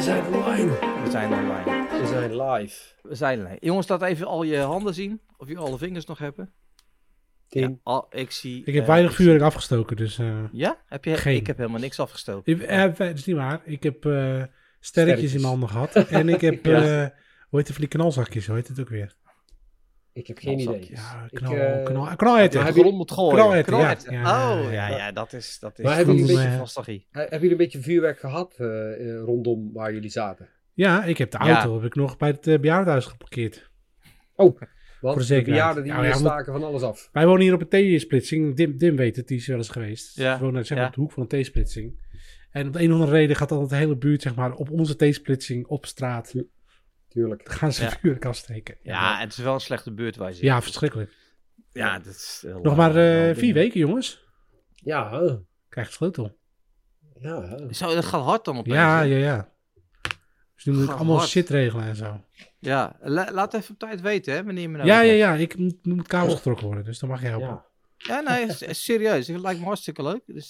zijn online. We zijn online. We zijn live. We zijn live. Jongens, laat even al je handen zien. Of je alle vingers nog hebben. 10. Ja, ik zie... Ik heb weinig vuurwerk afgestoken, dus... Ja? Heb je? Geen. Ik heb helemaal niks afgestoken. Dat is niet waar. Ik heb sterretjes in mijn handen gehad. En ik heb... hoe heet het van die knalzakjes? Hoe heet het ook weer? Ik heb geen idee. Ja, heb knalherten. je- Grond moet gooien. knalherten, Knalherten. ja. Oh, ja, dat is Maar hebben jullie een beetje nostalgie. Hebben jullie een beetje vuurwerk gehad rondom waar jullie zaten? Ja, ik heb de auto heb ik nog bij het bejaardenhuis geparkeerd. Oh, Voor want de de zekerheid. bejaarden die Ja, staken van alles af. Wij wonen hier op een T-splitsing. Dim weet het, die is wel eens geweest. Ja. We wonen zeg maar, Ja. op de hoek van een T-splitsing. En op de een of andere reden gaat dan de hele buurt zeg maar, op onze T-splitsing op straat. Tuurlijk. Dan gaan ze vuurwerk afsteken. Ja, het is wel een slechte buurt waar je zit. Ja, verschrikkelijk. Ja, dat is... Nog maar 4 weken, jongens. Ja, Krijg je sleutel. ja. Zo, dat gaat hard dan opeens. Ja. Dus nu moet ik Gaat allemaal hard. shit regelen en zo. Ja, laat even op tijd weten, hè, wanneer je me nou Ja. Ik moet kabels getrokken worden, dus dan mag je helpen. Ja. Ja, nee, serieus. Het lijkt me hartstikke leuk. Dus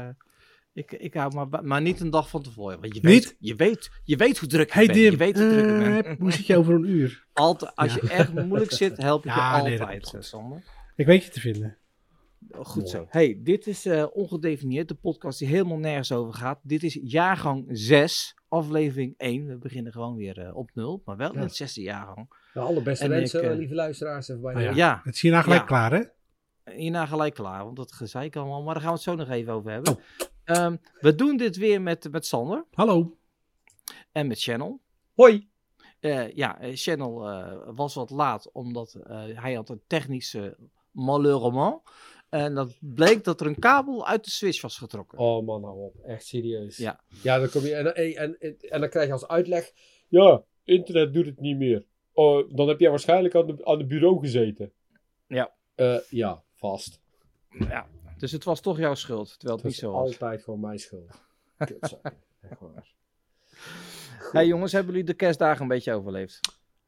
ik hou maar niet een dag van tevoren. Want je weet hoe druk je Hey bent. Dim, Je weet hoe druk je bent. hoe zit je over een uur? Altijd, als je echt moeilijk zit, help ik Ja, je nee, dat altijd, komt goed. Sander. Ik weet je te vinden. Goed zo. Hey, dit is Ongedefinieerd, de podcast die helemaal nergens over gaat. Dit is jaargang 6, aflevering 1. We beginnen gewoon weer op 0, maar wel in het 6e jaargang. De allerbeste En wensen, ik, lieve luisteraars. Even bij Oh ja. Ja, Het is hierna gelijk Ja. klaar, hè? hierna gelijk klaar, want dat gezeik allemaal. Maar daar gaan we het zo nog even over hebben. Oh. We doen dit weer met Sander Hallo. en met Channel. Hoi. Channel was wat laat, omdat hij had een technische malheureusement. En dat bleek dat er een kabel uit de switch was getrokken. Oh man, hou op. Echt serieus. Ja. Ja, dan kom je... En dan krijg je als uitleg... Ja, internet doet het niet meer. Oh, dan heb jij waarschijnlijk aan de bureau gezeten. Ja. Ja, vast. Ja. Dus het was toch jouw schuld, terwijl het Dat niet is zo was. altijd gewoon mijn schuld. Kutzakken. Echt waar. Hey jongens, hebben jullie de kerstdagen een beetje overleefd?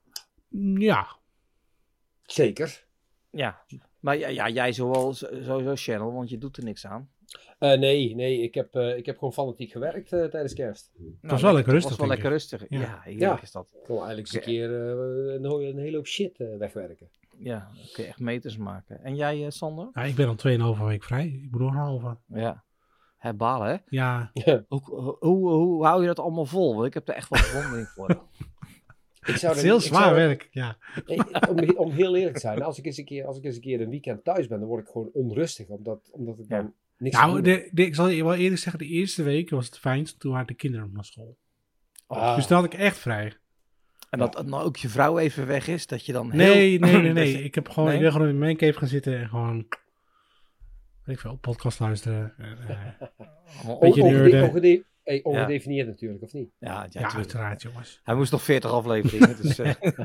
Ja. Zeker. Ja. Maar jij sowieso Channel, want je doet er niks aan. Nee. Ik heb gewoon fanatiek gewerkt tijdens kerst. Het was wel lekker rustig, Het was wel denk lekker ik. rustig. Ja. Ja, heerlijk Ja. is dat. Ik kon eigenlijk eens een keer een hele hoop shit wegwerken. Ja, dan kun je echt meters maken. En jij, Sander? Ja, ik ben al 2,5 week vrij. Ik moet nog een halve. Ja. Hè, balen, hè? Ja. Hoe hou je dat allemaal vol? Want ik heb er echt wel bewondering voor. Het is heel zwaar werk. Ja. Om heel eerlijk te zijn, als ik eens een keer een weekend thuis ben, dan word ik gewoon onrustig. Omdat ik dan niks Nou, te doen. ik zal je wel eerlijk zeggen, de eerste week was het fijnst. Toen waren de kinderen nog naar school. Ah. Dus dan had ik echt vrij. En dat nou ook je vrouw even weg is, dat je dan Nee. dat je- Ik heb gewoon, Nee? ik ben gewoon in mijn cave gaan zitten en gewoon, weet ik veel, podcast luisteren. beetje neurden. Ongedefinieerd natuurlijk, of niet? Ja, Ja, tuurlijk. uiteraard, jongens. Hij moest nog 40 afleveringen. Dus,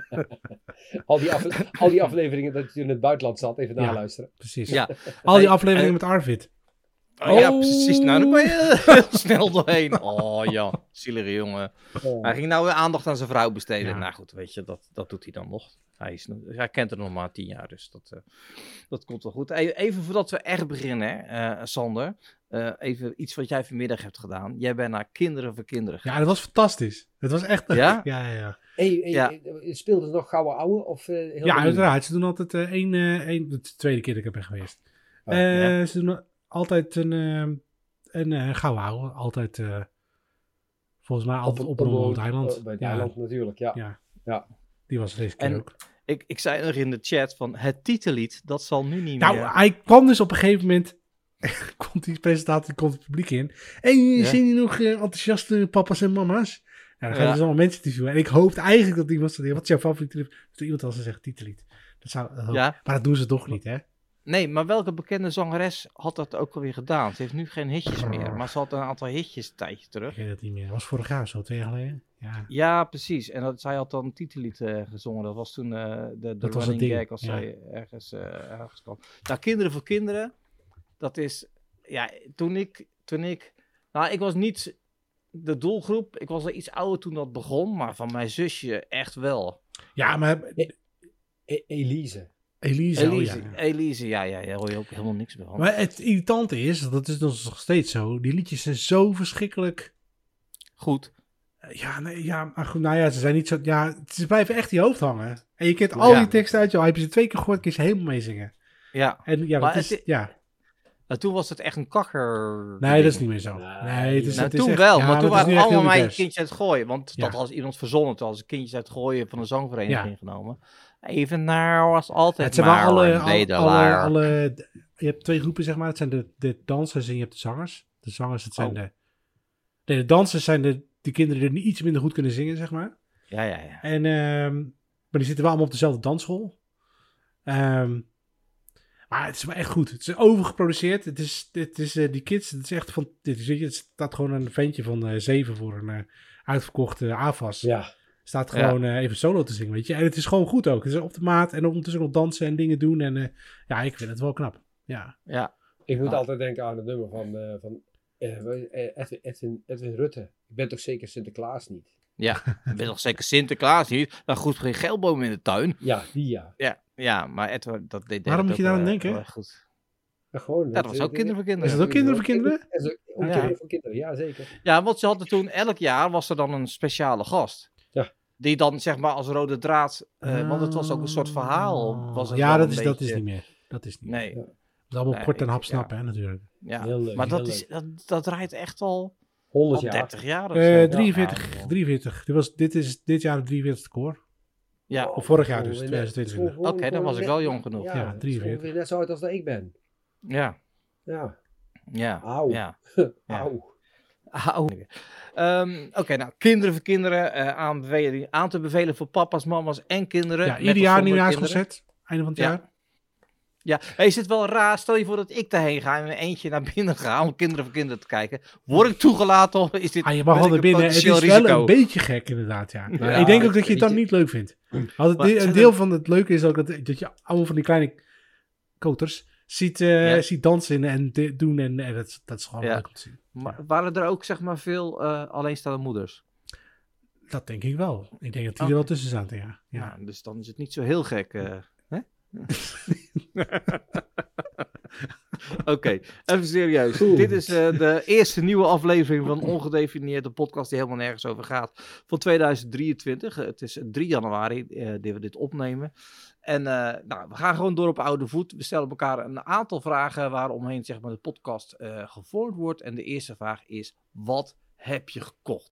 Al die afleveringen dat je in het buitenland zat, even Ja. naluisteren. Precies. ja. Al die afleveringen met Arvid. Ja, precies. Nou, dan ben je heel snel doorheen. Oh ja, zielige jongen. Hij ging nou weer aandacht aan zijn vrouw besteden. Ja. Nou goed, weet je, dat doet hij dan nog. Hij kent er nog maar 10 jaar, dus dat komt wel goed. Even voordat we echt beginnen, hè, Sander. Even iets wat jij vanmiddag hebt gedaan. Jij bent naar Kinderen voor Kinderen gegaan. Ja, dat was fantastisch. Het was echt... Ja? Ja. Speelde het nog Gouden Ouwe? Of, heel Ja, nieuw? uiteraard. Ze doen altijd de tweede keer dat ik er ben geweest. ja. Ze doen altijd een gouden ouwe. Altijd, volgens mij altijd op een onbewoond eiland. Bij het Ja. eiland natuurlijk, ja. Ja. Die was deze keer En ook. Ik zei nog in de chat van het titellied, dat zal nu niet Nou, meer. hij kwam dus op een gegeven moment... komt die presentatie, komt het publiek in. En Ja. zijn hier nog enthousiaste papa's en mama's? Nou, dan gaan Ja. dus allemaal mensen interviewen. En ik hoopte eigenlijk dat iemand zei, wat is jouw favoriete lied? Dat iemand als ze zegt titellied. Ja. Maar dat doen ze toch niet, hè? Nee, maar welke bekende zangeres had dat ook alweer gedaan? Ze heeft nu geen hitjes meer, maar ze had een aantal hitjes een tijdje terug. Ik weet het niet meer. Dat was vorig jaar zo, 2 jaar geleden. Ja. Ja, precies. En zij had dan een titellied gezongen. Dat was toen de Dat was running het ding, gag als ja. zij ergens kwam. Nou, Kinderen voor Kinderen, dat is... Ja, toen ik... Nou, ik was niet de doelgroep. Ik was al iets ouder toen dat begon, maar van mijn zusje echt wel. Ja, maar Elise. Elise, oh ja. Elise, ja, daar hoor je ook helemaal niks meer van. Maar het irritante is, dat is dus nog steeds zo, die liedjes zijn zo verschrikkelijk Goed. Ja, nee, ja, maar goed, nou ja, ze zijn niet zo... Ja, ze blijven echt in je hoofd hangen. En je kent al die teksten uit, joh. Heb je ze 2 keer gehoord, kun je ze helemaal meezingen. Ja. En ja, Maar dat is... Ja. Nou, toen was het echt een kakker. Nee, dat is niet meer zo. Nee, het is, Nou, het is toen echt, wel, ja, maar toen dat is waren nu echt allemaal heel mijn divers. kindjes uit het gooien. Want Ja. dat als iemand verzonnen, toen als kindjes uit het gooien van een zangvereniging Ja. genomen. Evenaar was altijd Het zijn wel maar een bedelaar. je hebt 2 groepen, zeg maar. Het zijn de dansers en je hebt de zangers. De zangers, het zijn Oh. de dansers zijn de kinderen die iets minder goed kunnen zingen, zeg maar. Ja. En, maar die zitten wel allemaal op dezelfde dansschool. Maar het is wel echt goed. Het is overgeproduceerd. Het is die kids, het is echt van... Het staat gewoon een ventje van 7 voor een uitverkochte AFAS. Ja. Staat gewoon even solo te zingen, weet je. En het is gewoon goed ook. Het is op de maat en ondertussen nog dansen en dingen doen. En ja, ik vind het wel knap. Ja. Ik moet altijd denken aan het nummer van Edwin Rutte. Ik ben toch zeker Sinterklaas niet? Ja, ik ben nog zeker Sinterklaas niet. Maar goed, geen geelboom in de tuin. Ja, die ja. Ja, maar Edward, dat deed Waarom moet je daar aan denken? heel erg goed. Ja, gewoon, Ja, dat was ook Kinderen voor Kinderen. Is dat ook Kinderen voor Kinderen? Dat is ook Ja. Kinderen voor Kinderen, ja zeker. Ja, want ze hadden toen elk jaar was er dan een speciale gast. Ja. Die dan zeg maar als rode draad, want het was ook een soort verhaal. Was het Ja, wel dat een is beetje- niet meer. Dat is niet meer. Nee, Ja. Dat is allemaal Nee, kort en hap ja. snappen, hè, natuurlijk. ja. Heel leuk, Maar heel dat draait echt al 100 jaar. 30 jaar of zo. 43. Ja, 43. Dit is dit jaar het 43e koor. Ja, Of vorig jaar dus, Gewoon 2022. gewoon- Oké, dan was ik net- wel jong genoeg. Ja, Ja, 43. ongeveer net zo oud als dat ik ben. ja, Ja. ja. Auw. Ja. Auw. Oké, nou, Kinderen voor Kinderen aan te bevelen voor papa's, mama's en kinderen. Ja, met ieder of jaar zonder nieuwjaarsconcert. Einde van het Ja. jaar. Ja, hey, is het wel raar? Stel je voor dat ik daarheen ga en in mijn eentje naar binnen ga om Kinderen voor Kinderen te kijken. Word ik toegelaten of is dit Ah, je mag ben wel ik naar binnen. Het potentieel is wel risico? een beetje gek inderdaad, ja. Ja, ik denk ook dat je weet het dan je- niet leuk vindt. Maar Een zijn deel van het leuke is ook dat je allemaal van die kleine koters ziet dansen en doen. En dat is gewoon Ja. leuk om te zien. Maar waren er ook zeg maar veel alleenstaande moeders? Dat denk ik wel. Ik denk dat die er wel tussen zaten, ja. Ja. Nou, dus dan is het niet zo heel gek. Hè? Oké, even serieus. Goed. Dit is de eerste nieuwe aflevering van Ongedefinieerd, de podcast die helemaal nergens over gaat, van 2023. Het is 3 januari dat we dit opnemen. En nou, we gaan gewoon door op oude voet. We stellen elkaar een aantal vragen waaromheen zeg maar, de podcast gevormd wordt. En de eerste vraag is, wat heb je gekocht?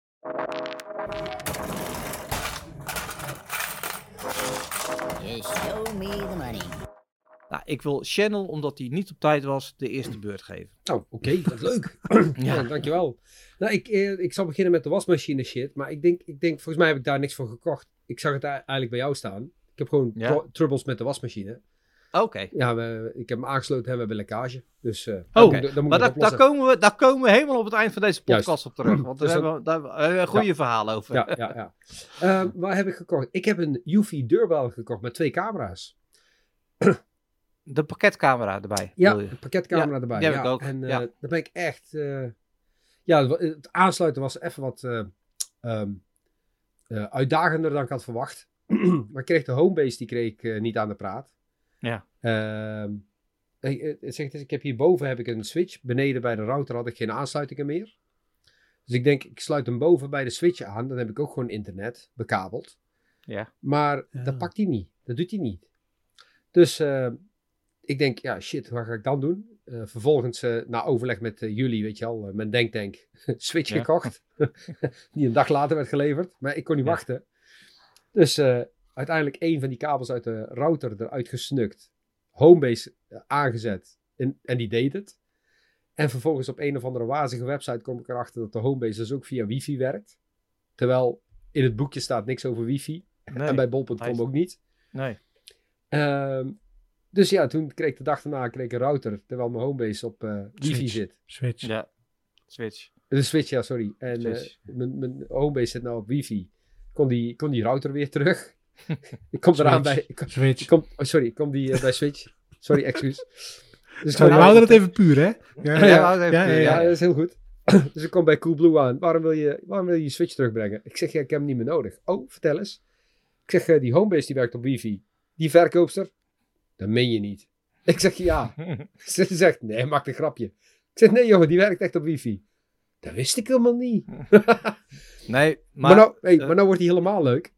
Just show me the money. Nou, ik wil Channel, omdat hij niet op tijd was, de eerste beurt geven. Oh, oké, dat is leuk. Ja. Ja, dankjewel. Nou, ik zal beginnen met de wasmachine shit. Maar ik denk, volgens mij heb ik daar niks voor gekocht. Ik zag het eigenlijk bij jou staan. Ik heb gewoon Ja? troubles met de wasmachine. Oké. Ja, ik heb hem aangesloten en we hebben lekkage. Dus Oké, dan moet ik maar dat daar komen we helemaal op het eind van deze podcast Juist. op terug. Want Dus daar hebben we een goede verhaal over. Ja. Waar heb ik gekocht? Ik heb een Eufy deurbel gekocht met 2 camera's. De pakketcamera erbij. Ja, bedoel je? een pakketcamera Ja, erbij. die heb ik ook, En ja. daar ben ik echt... het aansluiten was even wat uitdagender dan ik had verwacht. Maar ik kreeg de homebase, niet aan de praat. Ja. Ik heb hierboven heb ik een switch. Beneden bij de router had ik geen aansluitingen meer. Dus ik denk, ik sluit hem boven bij de switch aan. Dan heb ik ook gewoon internet bekabeld. Ja. Maar Ja. dat pakt hij niet. Dat doet hij niet. Dus ik denk, ja shit, wat ga ik dan doen? Vervolgens na overleg met jullie, weet je al, mijn denktank, switch Ja. gekocht. Die een dag later werd geleverd. Maar ik kon niet Ja. wachten. Dus uiteindelijk 1 van die kabels uit de router eruit gesnukt. Homebase aangezet. En die deed het. En vervolgens op een of andere wazige website kom ik erachter dat de Homebase dus ook via wifi werkt. Terwijl in het boekje staat niks over wifi. Nee. En bij bol.com Nice. ook niet. Nee. Dus ja, toen kreeg ik de dag daarna een router. Terwijl mijn Homebase op wifi Switch. zit. Switch. Ja. Switch. De Switch, ja, sorry. En Switch. mijn Homebase zit nou op wifi. Kon die router weer terug. Ik kom eraan Switch. bij... Switch. Ik kom die bij Switch. Sorry, excuus. Dus Sorry, we houden het even puur, hè? Ja, Ja, dat is heel goed. Dus ik kom bij Coolblue aan. Waarom wil je Switch terugbrengen? Ik zeg, ja, ik heb hem niet meer nodig. Oh, vertel eens. Ik zeg, die Homebase die werkt op wifi. Die verkoopster? Dat meen je niet. Ik zeg, ja. Ze zegt, nee, maak een grapje. Ik zeg, nee jongen, die werkt echt op wifi. Dat wist ik helemaal niet. Nee, Maar maar... nou wordt hij helemaal leuk.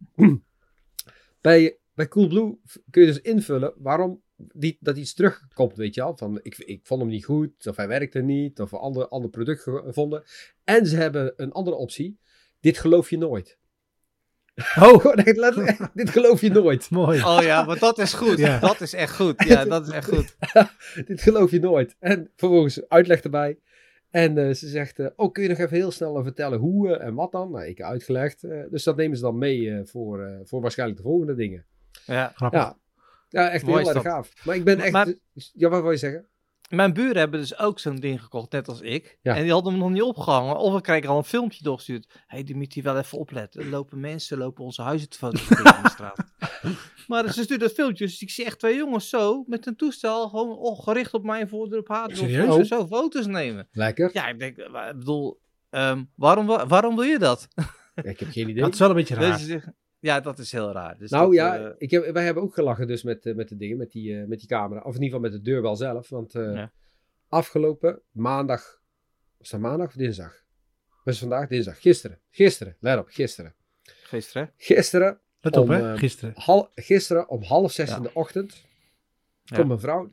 bij Coolblue kun je dus invullen waarom dat iets terugkomt, weet je wel. Van, ik vond hem niet goed, of hij werkte niet, of een ander product gevonden. En ze hebben een andere optie. Dit geloof je nooit. Oh, Gewoon echt letterlijk, dit geloof je nooit. mooi. Oh ja, maar dat is goed. Ja. Dat is echt goed. Ja, dat is echt goed. Dit geloof je nooit. En vervolgens uitleg erbij. En ze zegt, kun je nog even heel snel vertellen hoe en wat dan? Nou, ik heb uitgelegd. Dus dat nemen ze dan mee voor waarschijnlijk de volgende dingen. Ja. Grappig. Ja, echt Mooi heel is erg dat. gaaf. Maar ik ben echt... Maar- Ja, wat wil je zeggen? Mijn buren hebben dus ook zo'n ding gekocht, net als ik. Ja. En die hadden hem nog niet opgehangen. Of we kregen al een filmpje doorgestuurd. Hé, die moet je wel even opletten. Er lopen onze huizen te fotograferen in de straat. Maar ze stuurde dat filmpje. Dus ik zie echt 2 jongens zo, met een toestel, gewoon gericht op mij voor de haat. Serieus? Zo foto's nemen. Lekker. Ja, ik denk, ik bedoel, waarom wil je dat? Ik heb geen idee. Dat is wel een beetje raar. Dus, ja, dat is heel raar. Dus Nou dat, ja, wij hebben ook gelachen dus met de dingen, met die camera. Of in ieder geval met de deurbel zelf. Want Ja. afgelopen maandag... Was dat maandag of dinsdag? Wat is vandaag? Dinsdag. Gisteren. Let op, gisteren. Gisteren. Gisteren Let op, om, hè, gisteren. Gisteren om 5:30 Ja. in de ochtend Ja. komt een vrouw,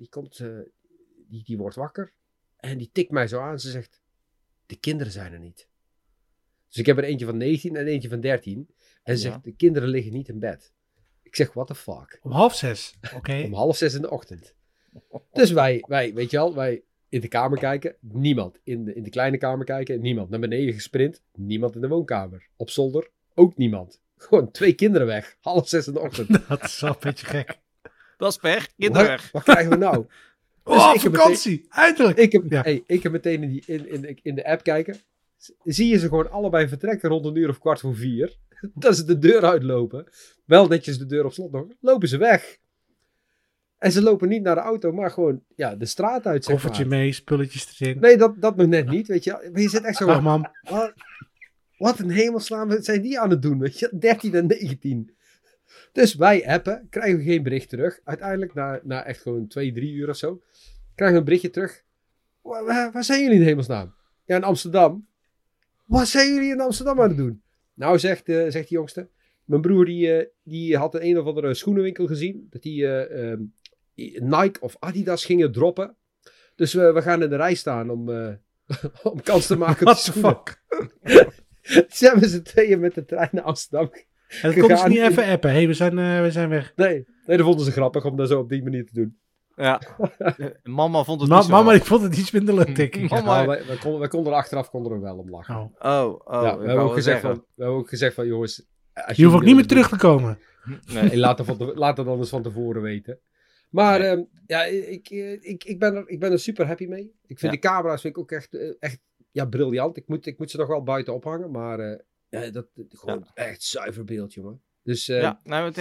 die wordt wakker en die tikt mij zo aan. Ze zegt, de kinderen zijn er niet. Dus ik heb er eentje van 19 en eentje van 13. En ze Ja. zegt, de kinderen liggen niet in bed. Ik zeg, what the fuck? Om 5:30. Oké. Om 5:30 in de ochtend. Dus wij, weet je wel, wij in de kamer kijken. Niemand in de kleine kamer kijken. Niemand naar beneden gesprint. Niemand in de woonkamer. Op zolder ook niemand. Gewoon 2 kinderen weg. 5:30 in de ochtend. Dat is wel een beetje gek. Dat is pech. Kinderen weg. Wat krijgen we nou? Oh, ik heb vakantie! Eindelijk! Ja. Ik heb meteen in de app kijken. Zie je ze gewoon allebei vertrekken rond 3:15. Dat ze de deur uitlopen. Wel netjes de deur op slot nog. Lopen ze weg. En ze lopen niet naar de auto, maar gewoon de straat uit, zeg Koffertje maar. mee, spulletjes erin. Nee, dat nog net niet, weet je. Maar je zit echt zo... Dag mam. Wat een hemelsnaam zijn die aan het doen, weet je. 13 en 19. Dus wij appen, krijgen we geen bericht terug. Uiteindelijk, na echt gewoon 2-3 uur of zo, krijgen we een berichtje terug. Waar zijn jullie in hemelsnaam? Ja, in Amsterdam. Wat zijn jullie in Amsterdam aan het doen? Nou, zegt die jongste. Mijn broer die had een of andere schoenenwinkel gezien. Dat die Nike of Adidas gingen droppen. Dus we gaan in de rij staan om kans te maken op What de the schoenen. fuck? Ze hebben z'n tweeën met de trein naar Amsterdam. En dat konden ze gegaan. niet even appen. Hé, we zijn weg. Nee, dat vonden ze grappig om dat zo op die manier te doen. Ja. Mama vond het niet zo Mama, grappig. ik vond het iets minder leuk, denk ik. Mama. Nou, wij konden er achteraf er wel om lachen. Oh. Ja, Ik we hebben ook gezegd van jongens... als Je hoeft ook niet meer willen terug te komen. Nee. Hey, laat het anders van tevoren weten. Maar ik ben er super happy mee. Ik vind Ja. de camera's vind ik ook echt briljant. Ik moet ze nog wel buiten ophangen. Maar gewoon echt zuiver beeld, jongen. Dus Ja, nou,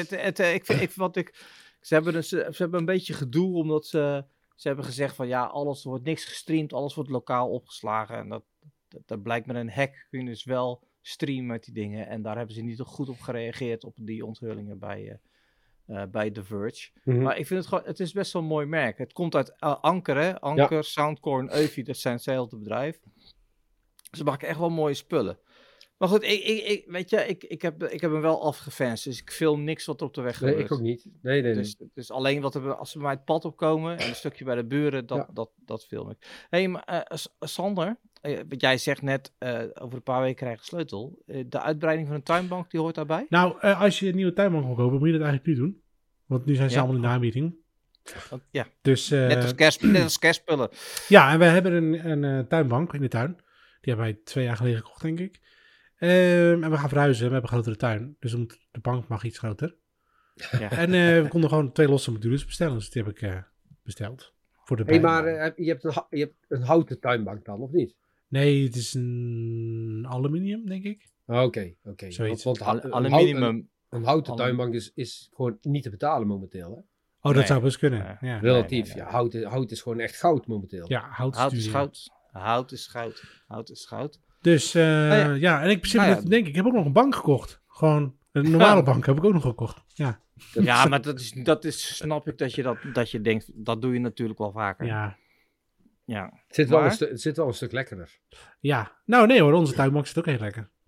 ze hebben een beetje gedoe omdat ze hebben gezegd van ja, alles wordt niks gestreamd, alles wordt lokaal opgeslagen. En dat blijkt met een hack kun je dus wel streamen met die dingen. En daar hebben ze niet goed op gereageerd op die onthullingen bij The Verge. mhm. Maar ik vind het is best wel een mooi merk. Het komt uit Anker, hè? Anker, Soundcore en Eufy, dat zijn hetzelfde bedrijf. Ze maken echt wel mooie spullen. Maar goed, ik heb hem wel afgefanst, dus ik film niks wat er op de weg Nee, gebeurt. ik ook niet. Nee. Dus alleen als ze bij mij het pad opkomen en een stukje bij de buren, dat film ik. Hé, maar Sander, wat jij zegt net, over een paar weken krijg je sleutel. De uitbreiding van een tuinbank, die hoort daarbij? Nou, als je een nieuwe tuinbank wil kopen, moet je dat eigenlijk nu doen. Want nu zijn ze Ja. allemaal in de aanbieding. Ja, Dus, net als kerstspullen. ja, en we hebben een tuinbank in de tuin. Die hebben wij 2 jaar geleden gekocht, denk ik. En we gaan verhuizen. We hebben een grotere tuin. Dus de bank mag iets groter. Ja. En we konden gewoon 2 losse modules bestellen. Dus die heb ik besteld. Voor de Hey, bij- maar je hebt een houten tuinbank dan, of niet? Nee, het is een aluminium, denk ik. Oké. Zoiets. Want Aluminium. een houten tuinbank is gewoon niet te betalen momenteel, hè? Oh, dat Nee. zou best kunnen. Ja, Relatief. nee. Ja, hout is gewoon echt goud momenteel. ja hout Hout is studio. goud. Hout is goud. Hout is goud. Dus ja, en ik denk ik heb ook nog een bank gekocht. Gewoon een normale bank heb ik ook nog gekocht. Ja, Ja, maar snap ik dat je denkt, dat doe je natuurlijk wel vaker. ja. Het zit wel Maar- het zit wel een stuk lekkerder. Ja, nou nee hoor, onze tuinbank zit ook heel lekker.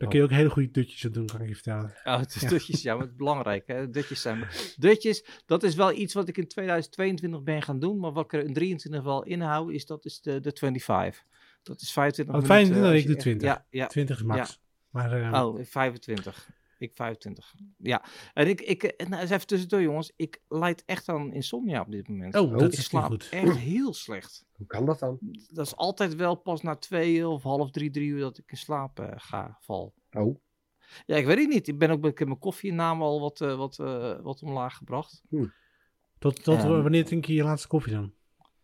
Daar kun je ook hele goede dutjes aan doen, kan ik je vertellen. Oh, het is dutjes, ja, maar het is belangrijk. Hè? Dutjes, dat is wel iets wat ik in 2022 ben gaan doen. Maar wat ik er in 23 wel inhoud, dat is de 25. Dat is 25 minuten. 25, ik doe 20. Ja. 20 is max. Maar, Oh, 25. Ik 25. Ja. En nou, eens even tussendoor, jongens. Ik lijd echt aan insomnia op dit moment. Oh, dat ik is niet slaap goed. echt heel slecht. Hoe kan dat dan? Dat is altijd wel pas na 2 of half 3 uur dat ik in slaap val. Oh. Ja, ik weet het niet. Ik heb mijn koffieinname al wat omlaag gebracht. Tot wanneer drink je je laatste koffie dan?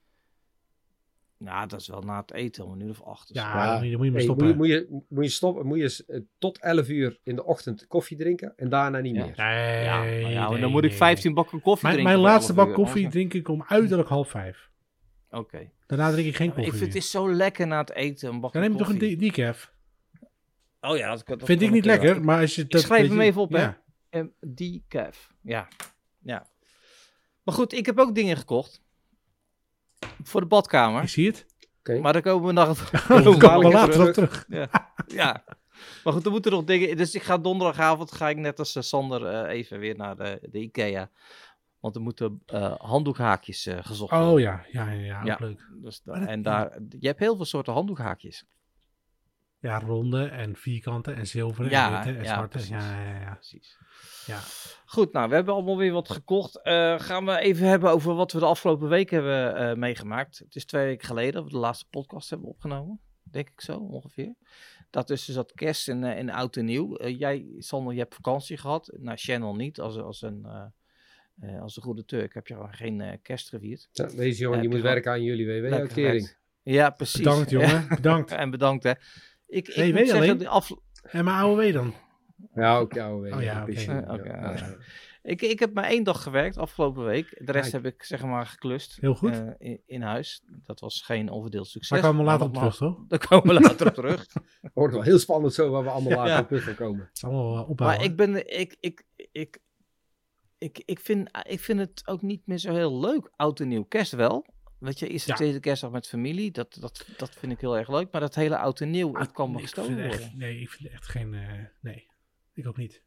Nou, dat is wel na het eten, om 8:00. Dus Ja, dan moet je maar stoppen. Moet je stoppen? Moet je tot 11 uur in de ochtend koffie drinken en daarna niet Ja. meer? En dan moet ik 15 bakken koffie drinken. Mijn voor laatste 11 bak uur, koffie anders- drink ik om uiterlijk 4:30. Oké. Daarna drink ik geen Ik koffie vind het meer. is zo lekker na het eten, een bakje Dan neem je toch koffie. een decaf? Oh ja, dat Vind kan ik niet wel. lekker, maar als je... Ik schrijf hem even op, hè. Ja. Decaf. Ja. Maar goed, ik heb ook dingen gekocht. Voor de badkamer. Ik zie het. Oké. Maar daar komen we nog... Dan komen we dadelijk later even op terug. Ja. Maar goed, er moeten nog dingen... Dus ik ga donderdagavond, ga ik net als Sander even weer naar de IKEA. Want er moeten handdoekhaakjes gezocht worden. Oh ja, ook Ja. leuk. Dus Maar dat- en daar, je hebt heel veel soorten handdoekhaakjes. Ja, ronde en vierkante en zilveren Ja, en witte en ja, zwarte. precies. Ja. Precies. Ja. Goed, nou, we hebben allemaal weer wat gekocht. Gaan we even hebben over wat we de afgelopen week hebben meegemaakt. Het is 2 weken geleden dat we de laatste podcast hebben opgenomen. Denk ik zo, ongeveer. Dat is dus dat kerst en oud en nieuw. Jij, Sander, je hebt vakantie gehad. Nou, Channel niet. Als een goede Turk heb je gewoon geen kerst gevierd. Ja, deze jongen die Heb moet je werken aan jullie Lekker WW-uitkering. gewerkt. Ja, precies. Bedankt jongen, bedankt. En bedankt, hè. Ik Nee, moet weet zeggen, alleen? de En mijn AOW dan? Ja, ook jouw WW. Oh ja, oké. pensioen. Oké, Ja. ja. Ik heb maar 1 dag gewerkt afgelopen week. De rest Kijk. heb ik zeg maar geklust. Heel goed. In huis. Dat was geen onverdeeld succes. Maar komen we later op nogmaals, terug, toch? Daar komen we later op terug. Wordt wel heel spannend zo, waar we allemaal later Ja. op terug gaan komen. Het is allemaal opbouwen. Maar ik vind het ook niet meer zo heel leuk. Oud en nieuw. Kerst wel. Weet je, is de Ja. tweede kerstdag met familie. Dat vind ik heel erg leuk. Maar dat hele oud en nieuw, het kan me Ik gestolen vind worden. echt, nee, ik vind echt geen... nee, ik ook niet.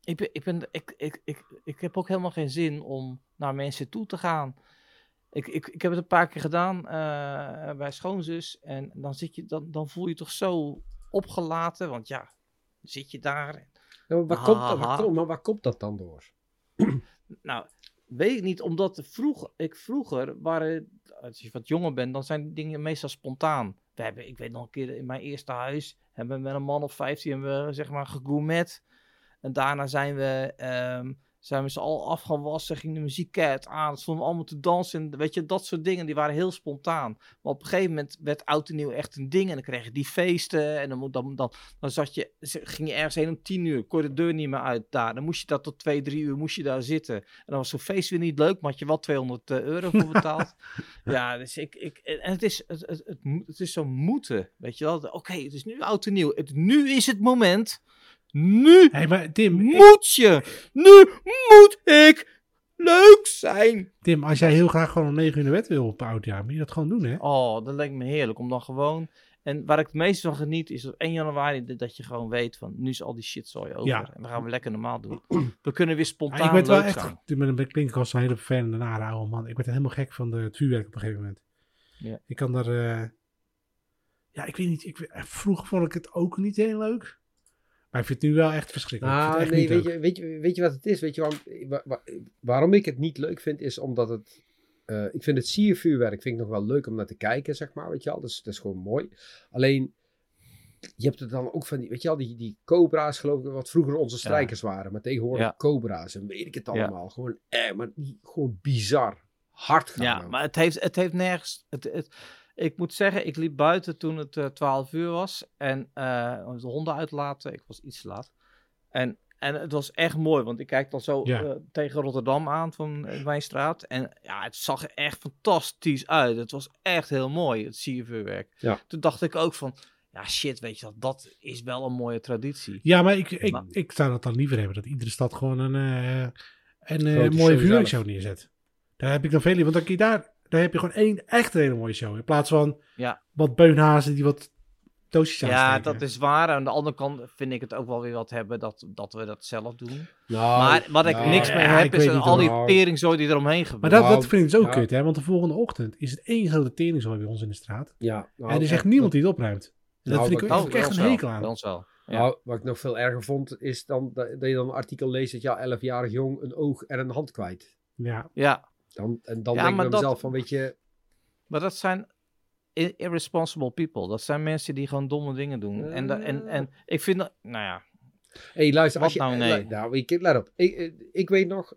Ik heb ook helemaal geen zin om naar mensen toe te gaan. Ik heb het een paar keer gedaan bij schoonzus. En dan voel je toch zo opgelaten. Want ja, zit je daar. Ja, maar waar komt dat dan door? Nou, weet ik niet. Omdat vroeger waren, als je wat jonger bent, dan zijn dingen meestal spontaan. Ik weet nog een keer in mijn eerste huis, hebben we met een man of 15 hebben we, zeg maar gegourmet. En daarna zijn we z'n allen af gaan wassen, ging de muziek keihard aan, stonden we allemaal te dansen. En, weet je, dat soort dingen, die waren heel spontaan. Maar op een gegeven moment werd oud en nieuw echt een ding. En dan kreeg je die feesten. En ging je ergens heen om 10 uur, kon je de deur niet meer uit daar. Dan moest je daar tot 2, 3 uur moest je daar zitten. En dan was zo'n feest weer niet leuk, maar had je wel €200 voor betaald. Ja, dus en het is zo moeten, weet je wel. Oké, het is nu oud en nieuw. Nu is het moment. Nu Hey, maar Tim, Nu moet ik leuk zijn. Tim, als jij heel graag gewoon om 9 uur naar bed wil op oudjaar, moet je dat gewoon doen, hè? Oh, dat lijkt me heerlijk om dan gewoon... En waar ik het meest van geniet is op 1 januari dat je gewoon weet van nu is al die shitzooi over. Ja. En we gaan we lekker normaal doen. We kunnen weer spontaan Ik werd wel leuk echt, zijn. dan klink ik als een hele vervelende nare oude man. Ik werd helemaal gek van het vuurwerk op een gegeven moment. Ja. Ik kan daar, ik weet niet, vroeger vond ik het ook niet heel leuk. Maar ik vind het nu wel echt verschrikkelijk. Ik vind Nou, het echt nee, niet leuk. weet je wat het is? Weet je waarom ik het niet leuk vind, is omdat het... ik vind het siervuurwerk vind ik nog wel leuk om naar te kijken, zeg maar, weet je wel. Dat is gewoon mooi. Alleen, je hebt het dan ook van die, weet je wel, die cobra's geloof ik, wat vroeger onze strijkers waren. Maar tegenwoordig cobra's en weet ik het allemaal. Gewoon, maar gewoon bizar hard gaan. Ja, maar het heeft nergens... Ik moet zeggen, ik liep buiten toen het 12 uur was. En de honden uitlaten. Ik was iets te laat. En het was echt mooi. Want ik kijk dan zo tegen Rotterdam aan van Wijnstraat. En ja, het zag er echt fantastisch uit. Het was echt heel mooi, het siervuurwerk. Ja. Toen dacht ik ook van... Ja, shit, weet je dat is wel een mooie traditie. Ja, maar ik zou dat dan liever hebben. Dat iedere stad gewoon een mooie show vuurwerkshow neerzet. Daar heb ik dan veel liever. Want dan kun je daar heb je gewoon één echt hele mooie show. In plaats van wat beunhazen die wat doosjes Ja, aansteken. dat is waar. Aan de andere kant vind ik het ook wel weer wat hebben dat we dat zelf doen. Nou, Maar wat ik nou, niks meer ja, heb, ik is weet niet, al die hoor. teringzooi die eromheen gebeurt. Maar dat Nou, vind ik dus ook ja. kut, hè? Want de volgende ochtend is het één grote teringzooi bij ons in de straat. Ja, nou, en er is echt niemand die het opruimt. Dat Nou, vind ik, wat- vind ik echt een hekel aan. Bij ons wel. Ja. Nou, wat ik nog veel erger vond, is dan dat je dan een artikel leest dat 11-jarig jong een oog en een hand kwijt. Ja. Ja, Dan Ja, denk ik maar bij dat- mezelf van, weet je... maar dat zijn irresponsible people. Dat zijn mensen die gewoon domme dingen doen. En ik vind dat, nou ja, Hé, luister, Wat als je... nou, nee? Let op. Ik weet nog,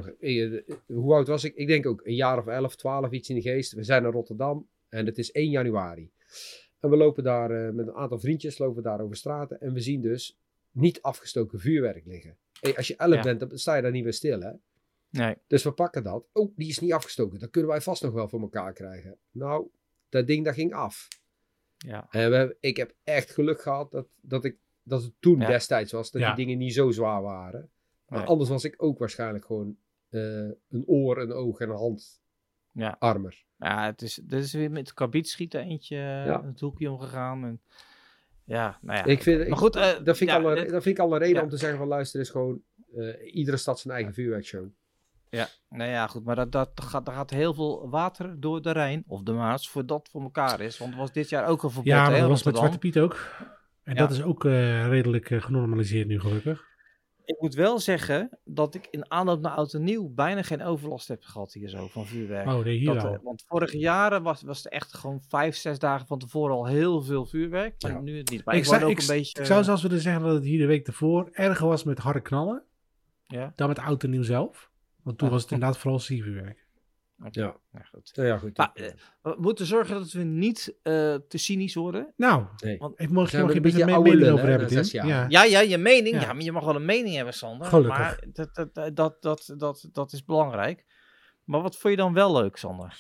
hoe oud was ik? Ik denk ook een jaar of 11, 12, iets in de geest. We zijn naar Rotterdam en het is 1 januari. En we lopen daar met een aantal vriendjes, lopen daar over straten. En we zien dus niet afgestoken vuurwerk liggen. Hey, als je 11 Ja. bent, dan sta je daar niet meer stil, hè? nee. Dus we pakken dat. Oh, die is niet afgestoken. Dat kunnen wij vast nog wel voor elkaar krijgen. Nou, dat ding dat ging af. Ja. En ik heb echt geluk gehad dat het toen Ja. destijds was. Dat Ja. die dingen niet zo zwaar waren. Maar Nee. anders was ik ook waarschijnlijk gewoon een oor, een oog en een hand Ja. armer. Ja, dit is weer met kabietschieten eentje het hoekje omgegaan. En, ja, nou ja. Ik vind, Maar goed, dat vind ik al een reden ja. om te zeggen van luister, is gewoon iedere stad zijn eigen vuurwerkshow. Ja, nou ja, goed. Maar daar gaat heel veel water door de Rijn of de Maas voor dat voor elkaar is. Want er was dit jaar ook een verbod. Ja, maar hè, dat was met Rotterdam. Zwarte Piet ook. En Ja. dat is ook redelijk genormaliseerd nu, gelukkig. Ik moet wel zeggen dat ik in aanloop naar Oud en Nieuw bijna geen overlast heb gehad hier zo van vuurwerk. Oh, nee, hier Dat, wel. want vorige jaren was er echt gewoon 5-6 dagen van tevoren al heel veel vuurwerk. Maar Ja. nu het niet. Maar Ik ik zou zelfs willen zeggen dat het hier de week ervoor erger was met harde knallen Ja, dan met oud en nieuw zelf. Want toen Ja. was het inderdaad vooral siervuurwerk. Ja. nou goed. Nou ja, goed. Maar, we moeten zorgen dat we niet te cynisch worden. Nou, Nee. Want- ik mag Zijn we je een best beetje een oude mening lullen, over hè, hebben, na Tim. 6 jaar. Ja. Ja, je mening. Ja. Ja, maar je mag wel een mening hebben, Sander. Gelukkig. Maar dat is belangrijk. Maar wat vond je dan wel leuk, Sander?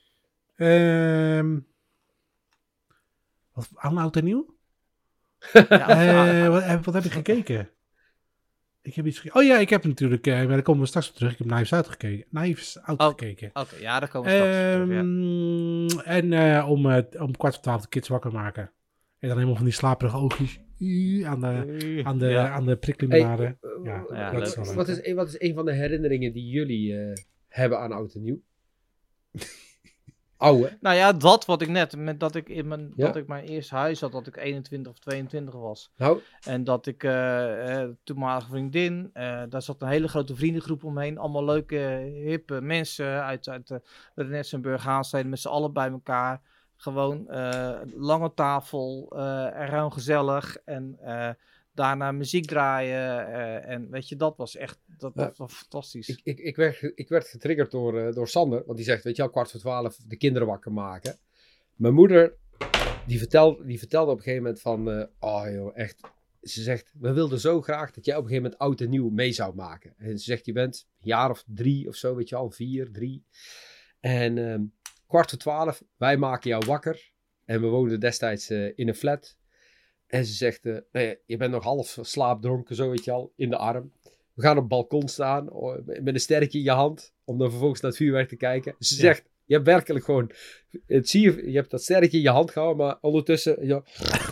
Wat, aan oud en nieuw? Ja, Wat heb ik gekeken? Ik heb iets gekeken. Oh ja, ik heb natuurlijk, maar daar komen we straks op terug. Ik heb Knives Out gekeken. Knives Out Oh. gekeken. Oké, ja, daar komen we straks op terug, ja. En om 11:15 de kids wakker maken. En dan helemaal van die slaperige oogjes aan de priklimonade. Ja, Ja, dat leuk. is wel leuk. Wat is een van de herinneringen die jullie hebben aan oud en nieuw? Oude. Nou ja, dat wat ik net, met dat ik Ja. dat ik mijn eerste huis had, dat ik 21 of 22 was. Nou, En dat ik toenmalige vriendin, daar zat een hele grote vriendengroep omheen. Allemaal leuke, hippe mensen uit de Renetsenburg, Haansteden, met z'n allen bij elkaar. Gewoon lange tafel, en gewoon gezellig. En daarna muziek draaien. En weet je, dat was echt, dat was fantastisch. ik werd getriggerd door Sander. Want die zegt, weet je al, 11:15 de kinderen wakker maken. Mijn moeder, die vertelde op een gegeven moment van... oh joh, echt. Ze zegt, we wilden zo graag dat jij op een gegeven moment oud en nieuw mee zou maken. En ze zegt, je bent een jaar of 3 of zo, weet je al, 4, 3. En 11:15, wij maken jou wakker. En we woonden destijds in een flat. En ze zegt, nee, je bent nog half slaapdronken, zo weet je al, in de arm. We gaan op het balkon staan, met een sterretje in je hand, om dan vervolgens naar het vuurwerk te kijken. Ze zegt, je hebt werkelijk gewoon, je hebt dat sterretje in je hand gehouden, maar ondertussen, ja.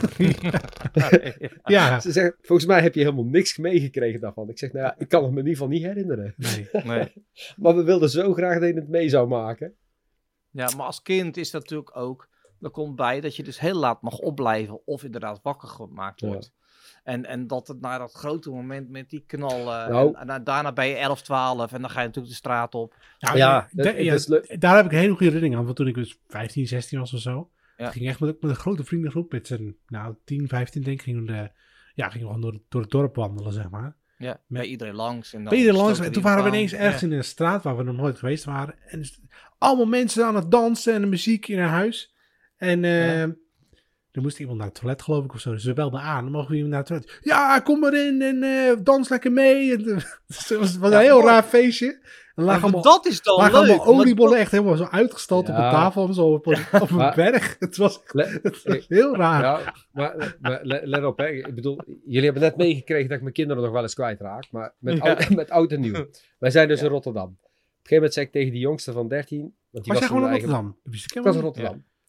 Ja, Ze zegt, volgens mij heb je helemaal niks meegekregen daarvan. Ik zeg, nou ja, ik kan het me in ieder geval niet herinneren. nee. Nee. Maar we wilden zo graag dat je het mee zou maken. Ja, maar als kind is dat natuurlijk ook, er komt bij dat je dus heel laat mag opblijven of inderdaad wakker gemaakt Ja. wordt. En dat het naar dat grote moment met die knallen, Nou. en daarna ben je 11, 12 en dan ga je natuurlijk de straat op. Nou, Ja, da- dat is leuk. daar heb ik een hele goede herinnering aan. Want toen ik dus 15, 16 was of zo. Ja. Ging echt met een grote vriendengroep. Met z'n 10, 15 denk ik. Gingen we gewoon door het dorp wandelen, zeg maar. Ja, bij iedereen langs. En dan Ben je er langs? stoken En die toen waren we baan. ineens ergens Ja. in een straat waar we nog nooit geweest waren. En dus allemaal mensen aan het dansen en de muziek in een huis. En er moest iemand naar het toilet, geloof ik, of zo. Dus we belden aan. Dan mogen we iemand naar het toilet. Ja, kom maar in en dans lekker mee. En, het was een heel mooi. raar feestje. Er Ja, lagen maar allemaal, dat is dan lagen leuk. allemaal want- oliebollen echt helemaal zo uitgestald op Ja. een tafel. Zo op een Maar- berg. Het was Le- heel raar. Ja, maar let op, hè. Ik bedoel, jullie hebben net meegekregen dat ik mijn kinderen nog wel eens kwijtraak. Maar met, Ja. met oud en nieuw. Wij zijn dus in Rotterdam. Op een gegeven moment zei ik tegen die jongste van 13. Want die Was jij was gewoon in eigen... Rotterdam? Dat wist ik Ik was helemaal in niet. Rotterdam.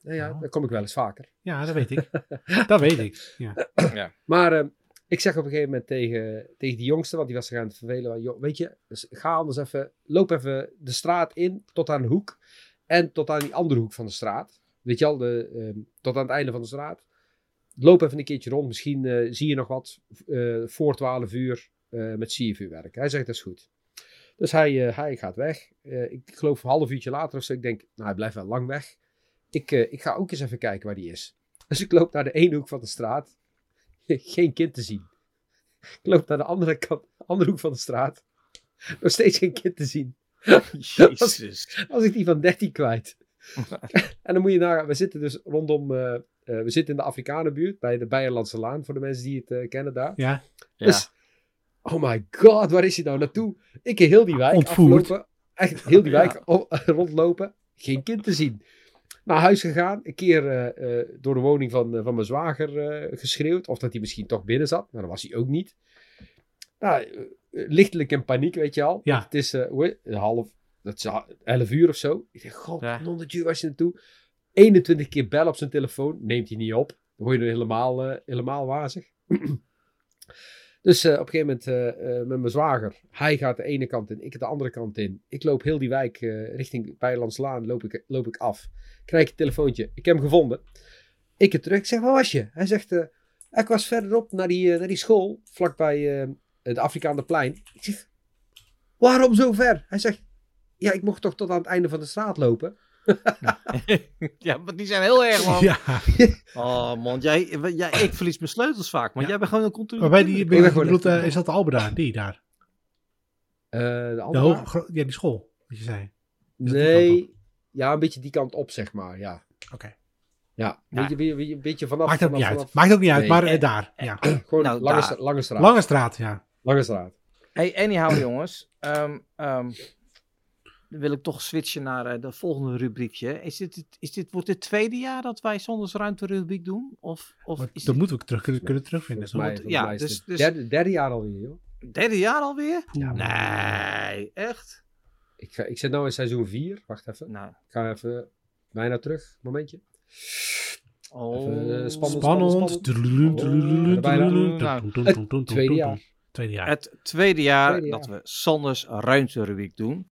Oh. daar kom ik wel eens vaker. Ja, dat weet ik. Dat weet ik. Ja. Maar ik zeg op een gegeven moment tegen die jongste, want die was zich aan het vervelen. Van, joh, weet je, dus ga anders even, loop even de straat in tot aan de hoek. En tot aan die andere hoek van de straat. Weet je al, tot aan het einde van de straat. Loop even een keertje rond. Misschien zie je nog wat voor 12 uur met siervuurwerk. Hij zegt, dat is goed. Dus hij gaat weg. Ik geloof een half uurtje later of zo. Ik denk, nou, hij blijft wel lang weg. Ik ga ook eens even kijken waar die is. Dus ik loop naar de ene hoek van de straat. Geen kind te zien. Ik loop naar de andere hoek van de straat. Nog steeds geen kind te zien. Jezus. Als ik die van 13 kwijt. En dan moet je nagaan. We zitten dus rondom... we zitten in de Afrikanenbuurt. Bij de Beierlandse Laan. Voor de mensen die het kennen daar. Ja. Ja. Dus, oh my god. Waar is hij nou naartoe? Ik in heel die wijk Ontvoerd. aflopen. Echt heel die wijk rondlopen. Geen kind te zien. Naar huis gegaan. Een keer door de woning van mijn zwager geschreeuwd. Of dat hij misschien toch binnen zat. Maar dat was hij ook niet. Nou, lichtelijk in paniek, weet je al. Ja. Het is 11 uur of zo. Ik denk, god, Ja. 100 uur was je naartoe. 21 keer bellen op zijn telefoon. Neemt hij niet op. Dan word je er helemaal wazig. Dus op een gegeven moment met mijn zwager. Hij gaat de ene kant in, ik de andere kant in. Ik loop heel die wijk richting Beierlandslaan. Loop ik af. Krijg een telefoontje. Ik heb hem gevonden. Ik het terug. Ik zeg, waar was je? Hij zegt, ik was verderop naar die school. Vlakbij het Afrikaanderplein. Ik zeg, waarom zo ver? Hij zegt, ja, ik mocht toch tot aan het einde van de straat lopen. Ja, maar die zijn heel erg, man. Ja. Oh, man. Ik verlies mijn sleutels vaak, want Ja. jij bent gewoon een continu... Waarbij die, ben gewoon bedoelt, echt- is dat de Albeda? Die daar? De De andere die school, wat je zei. Is dat die kant Nee, ja, een beetje die kant op, zeg maar. Ja, Oké. ja. Ja. Een beetje vanaf... Maakt ook niet vanaf- uit. Maakt ook niet uit, Nee. maar daar. Ja. Gewoon Nou, lange, daar. lange straat. Lange straat, ja. Lange straat. Hey, anyhow, jongens. Dan wil ik toch switchen naar de volgende rubriekje. Wordt dit tweede jaar dat wij Sonders Ruimte rubriek doen? Of Maar is dat dit moeten we kunnen terugvinden. Volgens mij, ja, is dus- het dus- derde jaar alweer, joh. derde jaar alweer? Ja, Nee, echt? Ik zit nou in seizoen 4. Wacht even. Nou, Ik ga even bijna terug. Momentje. oh. Even, spannend. Het tweede jaar. Tweede jaar. Het tweede jaar Tweede jaar. dat we Sonders Ruimte rubriek doen.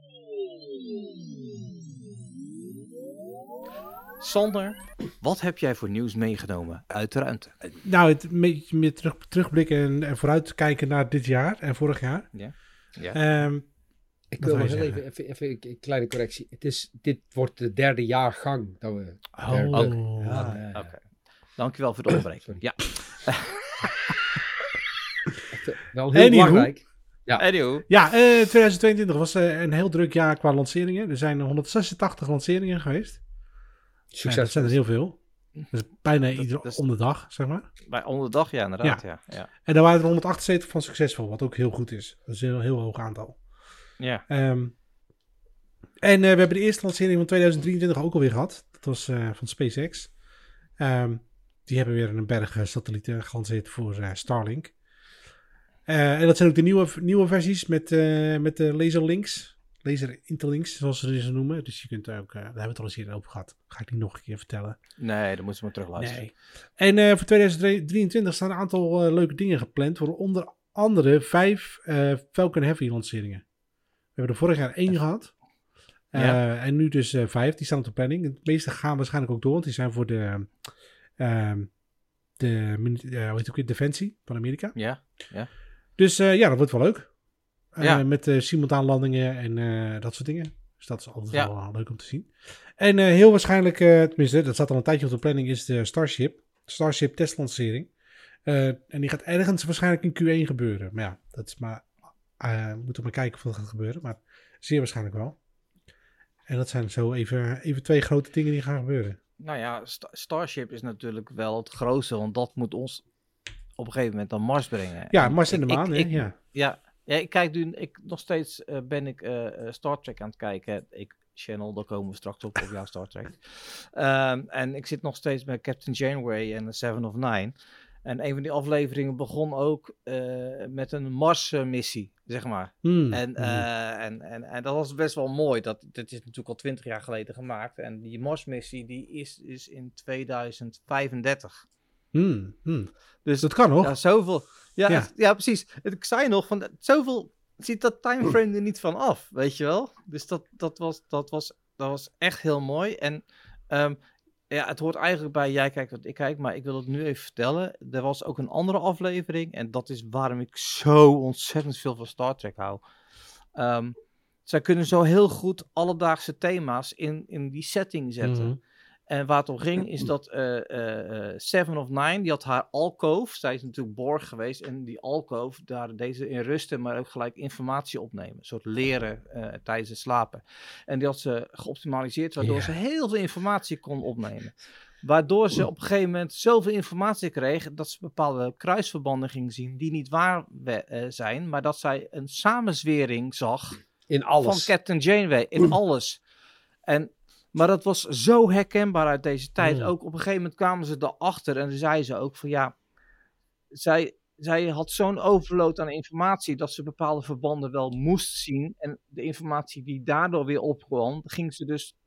Sander, wat heb jij voor nieuws meegenomen uit de ruimte? Nou, het een beetje meer terugblikken en vooruitkijken naar dit jaar en vorig jaar. Ja. Ik Wat wil wil nog je heel even een kleine correctie. Dit wordt de derde jaargang. Dat we Oh. Oké. Dankjewel voor de onderbreking. Sorry. Ja. wel heel Anywho. belangrijk. Anywho. Ja, 2022 was een heel druk jaar qua lanceringen. Er zijn 186 lanceringen geweest. Succes. Dat zijn er heel veel. Dus bijna iedere dat is- om de dag, zeg maar. Bij onderdag, ja, inderdaad. Ja. En daar waren er 178 van succesvol, wat ook heel goed is. Dat is een heel hoog aantal. Ja. En we hebben de eerste lancering van 2023 ook alweer gehad. Dat was van SpaceX. Die hebben weer een berg satellieten gelanceerd voor Starlink. En dat zijn ook de nieuwe versies met de laserlinks. Laser interlinks, zoals ze ze noemen. Dus je kunt ook, daar hebben we het al eens eerder over gehad. Ga ik niet nog een keer vertellen. Nee, dan moeten we maar terug luisteren. Nee. En voor 2023 staan een aantal leuke dingen gepland. Voor onder andere 5 Falcon Heavy lanceringen. We hebben er vorig jaar 1 gehad. Ja. En nu dus 5. Die staan op de planning. De meeste gaan waarschijnlijk ook door. Want die zijn voor de hoe heet het ook weer? Defensie van Amerika. Ja. Dus ja, dat wordt wel leuk. Ja. Met simultaanlandingen en dat soort dingen. Dus dat is altijd Ja. wel leuk om te zien. En heel waarschijnlijk, tenminste, dat staat al een tijdje op de planning, is de Starship testlancering. En die gaat ergens waarschijnlijk in Q1 gebeuren. Maar ja, dat is maar, moeten we maar kijken of dat gaat gebeuren. Maar zeer waarschijnlijk wel. En dat zijn zo even 2 grote dingen die gaan gebeuren. Nou ja, Starship is natuurlijk wel het grootste, want dat moet ons op een gegeven moment naar Mars brengen. Ja, En Mars en de maan, hè? Ja. Ja, ik kijk nu, nog steeds ben ik Star Trek aan het kijken. Channel, daar komen we straks op jouw Star Trek. En ik zit nog steeds met Captain Janeway en Seven of Nine. En een van die afleveringen begon ook met een Mars-missie, zeg maar. En dat was best wel mooi. Dit is natuurlijk al 20 jaar geleden gemaakt. En die Mars-missie die is in 2035. Dus Dat kan nog. ja, zoveel. Ja, Ja. ja, precies. Ik zei nog, van zoveel ziet dat timeframe er niet van af, weet je wel. Dus dat was echt heel mooi. En ja, het hoort eigenlijk bij jij kijkt wat ik kijk, maar ik wil het nu even vertellen. Er was ook een andere aflevering en dat is waarom ik zo ontzettend veel van Star Trek hou. Zij kunnen zo heel goed alledaagse thema's in die setting zetten. En waar het om ging is dat Seven of Nine, die had haar alcove. Zij is natuurlijk Borg geweest. En die alcove, daar deed ze in rusten, maar ook gelijk informatie opnemen. Een soort leren tijdens het slapen. En die had ze geoptimaliseerd, waardoor ze heel veel informatie kon opnemen. Waardoor ze op een gegeven moment zoveel informatie kreeg, dat ze bepaalde kruisverbanden ging zien die niet waar zijn. Maar dat zij een samenzwering zag In alles. van Captain Janeway, in alles. Maar dat was zo herkenbaar uit deze tijd. Ook op een gegeven moment kwamen ze erachter en zei ze ook van ja, zij had zo'n overload aan informatie dat ze bepaalde verbanden wel moest zien. En de informatie die daardoor weer opkwam, ging ze dus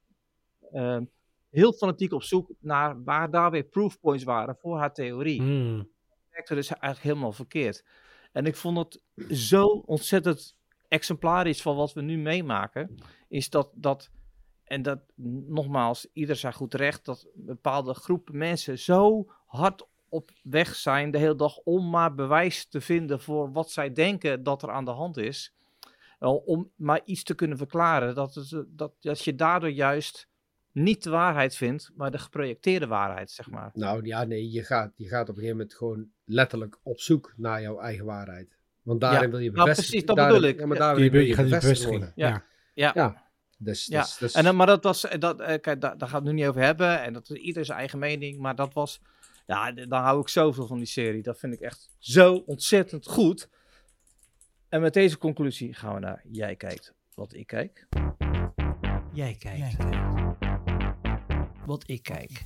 heel fanatiek op zoek naar waar daar weer proofpoints waren voor haar theorie. Dat werkte dus eigenlijk helemaal verkeerd. En ik vond het zo ontzettend exemplarisch van wat we nu meemaken, is dat en dat, nogmaals, ieder zijn goed recht, dat bepaalde groepen mensen zo hard op weg zijn de hele dag om maar bewijs te vinden voor wat zij denken dat er aan de hand is. Om maar iets te kunnen verklaren, dat je daardoor juist niet de waarheid vindt, maar de geprojecteerde waarheid, zeg maar. Nou ja, nee, je gaat op een gegeven moment gewoon letterlijk op zoek naar jouw eigen waarheid. Want daarin wil je Nou, bevestigd precies, dat bedoel ik. Ja, maar daarin wil je gaat bevestigd worden. Ja. Dus, Maar dat was, kijk, daar gaan we het nu niet over hebben. En dat is ieder zijn eigen mening. Maar dat was, ja, dan hou ik zoveel van die serie. Dat vind ik echt zo ontzettend goed. En met deze conclusie gaan we naar Jij kijkt wat ik kijk. Jij kijkt wat ik kijk.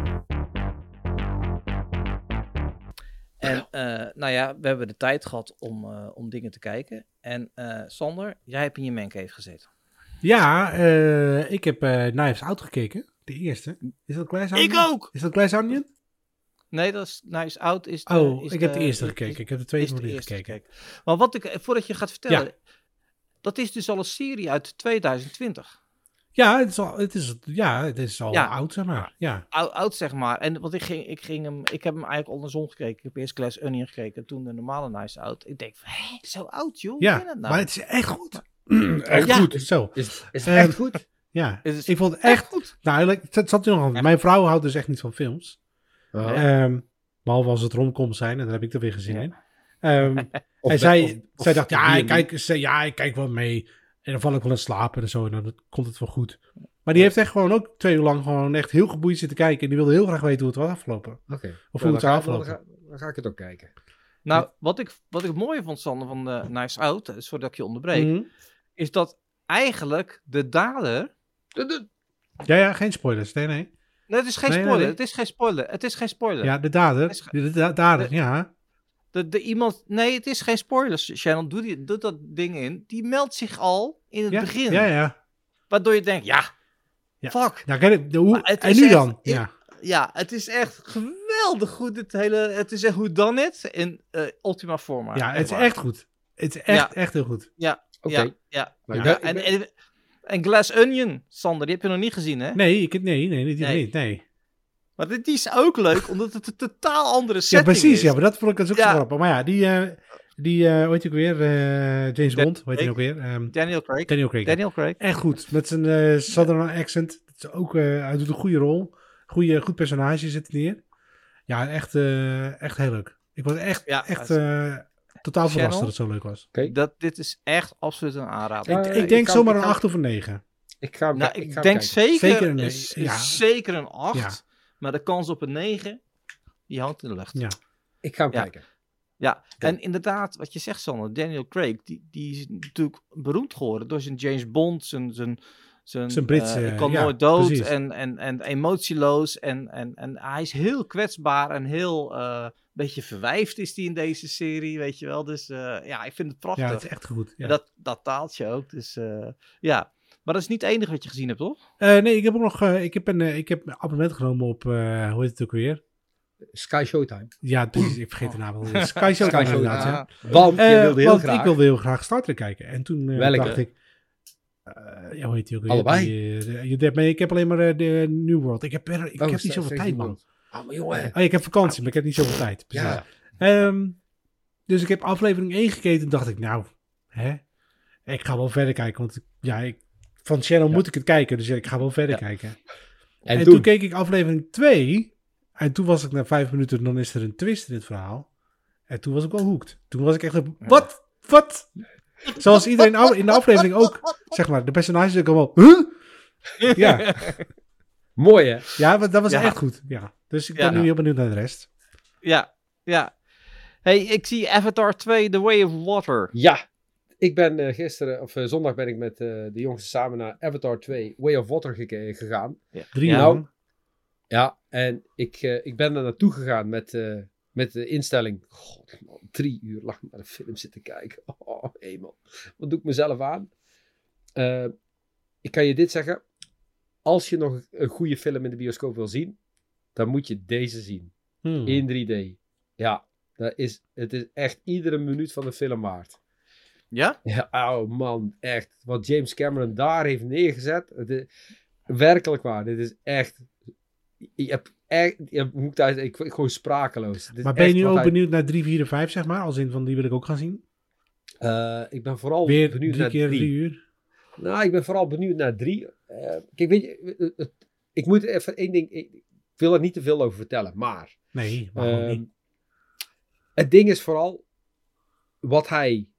En nou ja, we hebben de tijd gehad om dingen te kijken. En Sander, jij hebt in je mancave gezeten. Ja, ik heb Knives Out gekeken. De eerste. Is dat Glass Onion? Ik ook! Is dat Glass Onion? Nee, dat is Knives Out. Ik heb de eerste gekeken. Ik heb de tweede nog niet gekeken. Maar voordat je gaat vertellen, dat is dus al een serie uit 2020. Ja, het is al oud, zeg maar. Ja. Oud, zeg maar. En want ik heb hem eigenlijk andersom gekeken. Ik heb eerst Glass Onion gekeken, toen de normale Knives Out. Ik denk, hé, zo oud, joh. Ja, Hoe kan dat nou? maar het is echt goed. Echt goed. Zo. Is het echt goed? Ja, Het is ik vond het echt goed. Nou, het zat er nog aan. Mijn vrouw houdt dus echt niet van films. Behalve als het romcoms zijn, en daar heb ik er weer gezien in. En zij dacht, ik kijk wel mee. En dan val ik wel in slaap en zo, en dan komt het wel goed. Maar die heeft echt gewoon ook 2 uur lang gewoon echt heel geboeid zitten kijken. En die wilde heel graag weten hoe het was afgelopen. Oké. Of hoe het zou aflopen. Dan ga ik het ook kijken. Nou, wat ik mooi vond, Sander, van de Knives Out, zodat ik je onderbreek, is dat eigenlijk de dader... Ja, geen spoilers. Nee. Nee, het is geen spoiler. Het is geen spoiler. Het is geen spoiler. Ja, de dader. De dader, ja. Nee, het is geen spoiler, Shannon. Doe dat ding in. Die meldt zich al in het begin. Ja. Waardoor je denkt, fuck. Nou, en is nu echt, dan? Ja, het is echt geweldig goed. Het is echt hoe dan het in Ultima Forma. Ja, het is echt goed. Het is echt heel goed. Ja, Oké. ja. Maar En Glass Onion, Sander, die heb je nog niet gezien, hè? Nee. Maar die is ook leuk, omdat het een totaal andere Ja, setting is. precies. Ja, maar dat vond ik dus ook zo grappig. Maar ja, die hoe heet hij ook weer? James Bond, hoe heet hij ook weer? Daniel Craig. Echt goed. Met zijn Southern accent. Dat is ook, hij doet een goede rol. Goed personage zit neer. Ja, echt heel leuk. Ik was echt totaal verrast dat het zo leuk was. Okay. Dit is echt absoluut een aanrader. Ik denk zomaar een 8 of een 9. Ik denk zeker een 8. Ja. Maar de kans op een 9, die hangt in de lucht. Ja. Ik ga hem kijken. Ja, en inderdaad, wat je zegt, Sander, Daniel Craig, die is natuurlijk beroemd geworden door zijn James Bond, zijn Zijn Britse, ik kan ja, nooit dood precies. en emotieloos. En hij is heel kwetsbaar en heel beetje verwijfd is hij in deze serie, weet je wel. Dus ja, ik vind het prachtig. Ja, dat is echt goed. Ja. En dat taaltje ook. Dus ja, maar dat is niet het enige wat je gezien hebt, toch? Nee, ik heb ook nog ik heb een abonnement genomen op, hoe heet het ook weer? Sky Showtime. Ja, precies, ik vergeet de naam al. Sky Showtime Sky inderdaad, Showtime. ja. Want je wilde heel want graag. ik wilde heel graag Star Trek kijken. En toen Welke? dacht ik... ja, hoe heet die ook weer? Allebei? Maar ik heb alleen maar de New World. Ik heb niet zoveel tijd, man. Oh, maar jongen. Ik heb vakantie, maar ik heb niet zoveel tijd. Precies. Ja. Dus ik heb aflevering 1 gekeken en dacht ik, nou, ik ga wel verder kijken. Want van Channel moet ik het kijken, dus ik ga wel verder kijken. En toen keek ik aflevering 2 en toen was ik na 5 minuten, dan is er een twist in het verhaal. En toen was ik wel hooked. Toen was ik echt, wat? Zoals iedereen in de aflevering ook, zeg maar, de personages ook allemaal, huh? Ja. Mooi, hè? Ja, maar dat was echt goed. Ja. Dus ik ben nu heel benieuwd naar de rest. Ja. Hey, ik zie Avatar 2, The Way of Water. Ja. Ik ben zondag ben ik met de jongens samen naar Avatar 2, Way of Water gegaan. Ja. 3 Nou, uur lang. Ja, en ik ben er naartoe gegaan met de instelling, god man, 3 uur lang naar de film zitten kijken. Oh, hemel. Wat doe ik mezelf aan? Ik kan je dit zeggen. Als je nog een goede film in de bioscoop wil zien, dan moet je deze zien. In 3D. Ja, het is echt iedere minuut van de film waard. Ja? Ja, oh man, echt. Wat James Cameron daar heeft neergezet. Het is werkelijk waar. Dit is echt... Ik gewoon sprakeloos. Maar ben je nu ook benieuwd naar 3, 4 en 5, zeg maar? Als in van die wil ik ook gaan zien? Ik ben vooral Weer benieuwd 3 naar keer 3. 3 uur? Nou, ik ben vooral benieuwd naar 3. Kijk, weet je... ik moet even één ding... Ik wil er niet te veel over vertellen, maar... Nee, waarom niet? Het ding is vooral... Wat hij...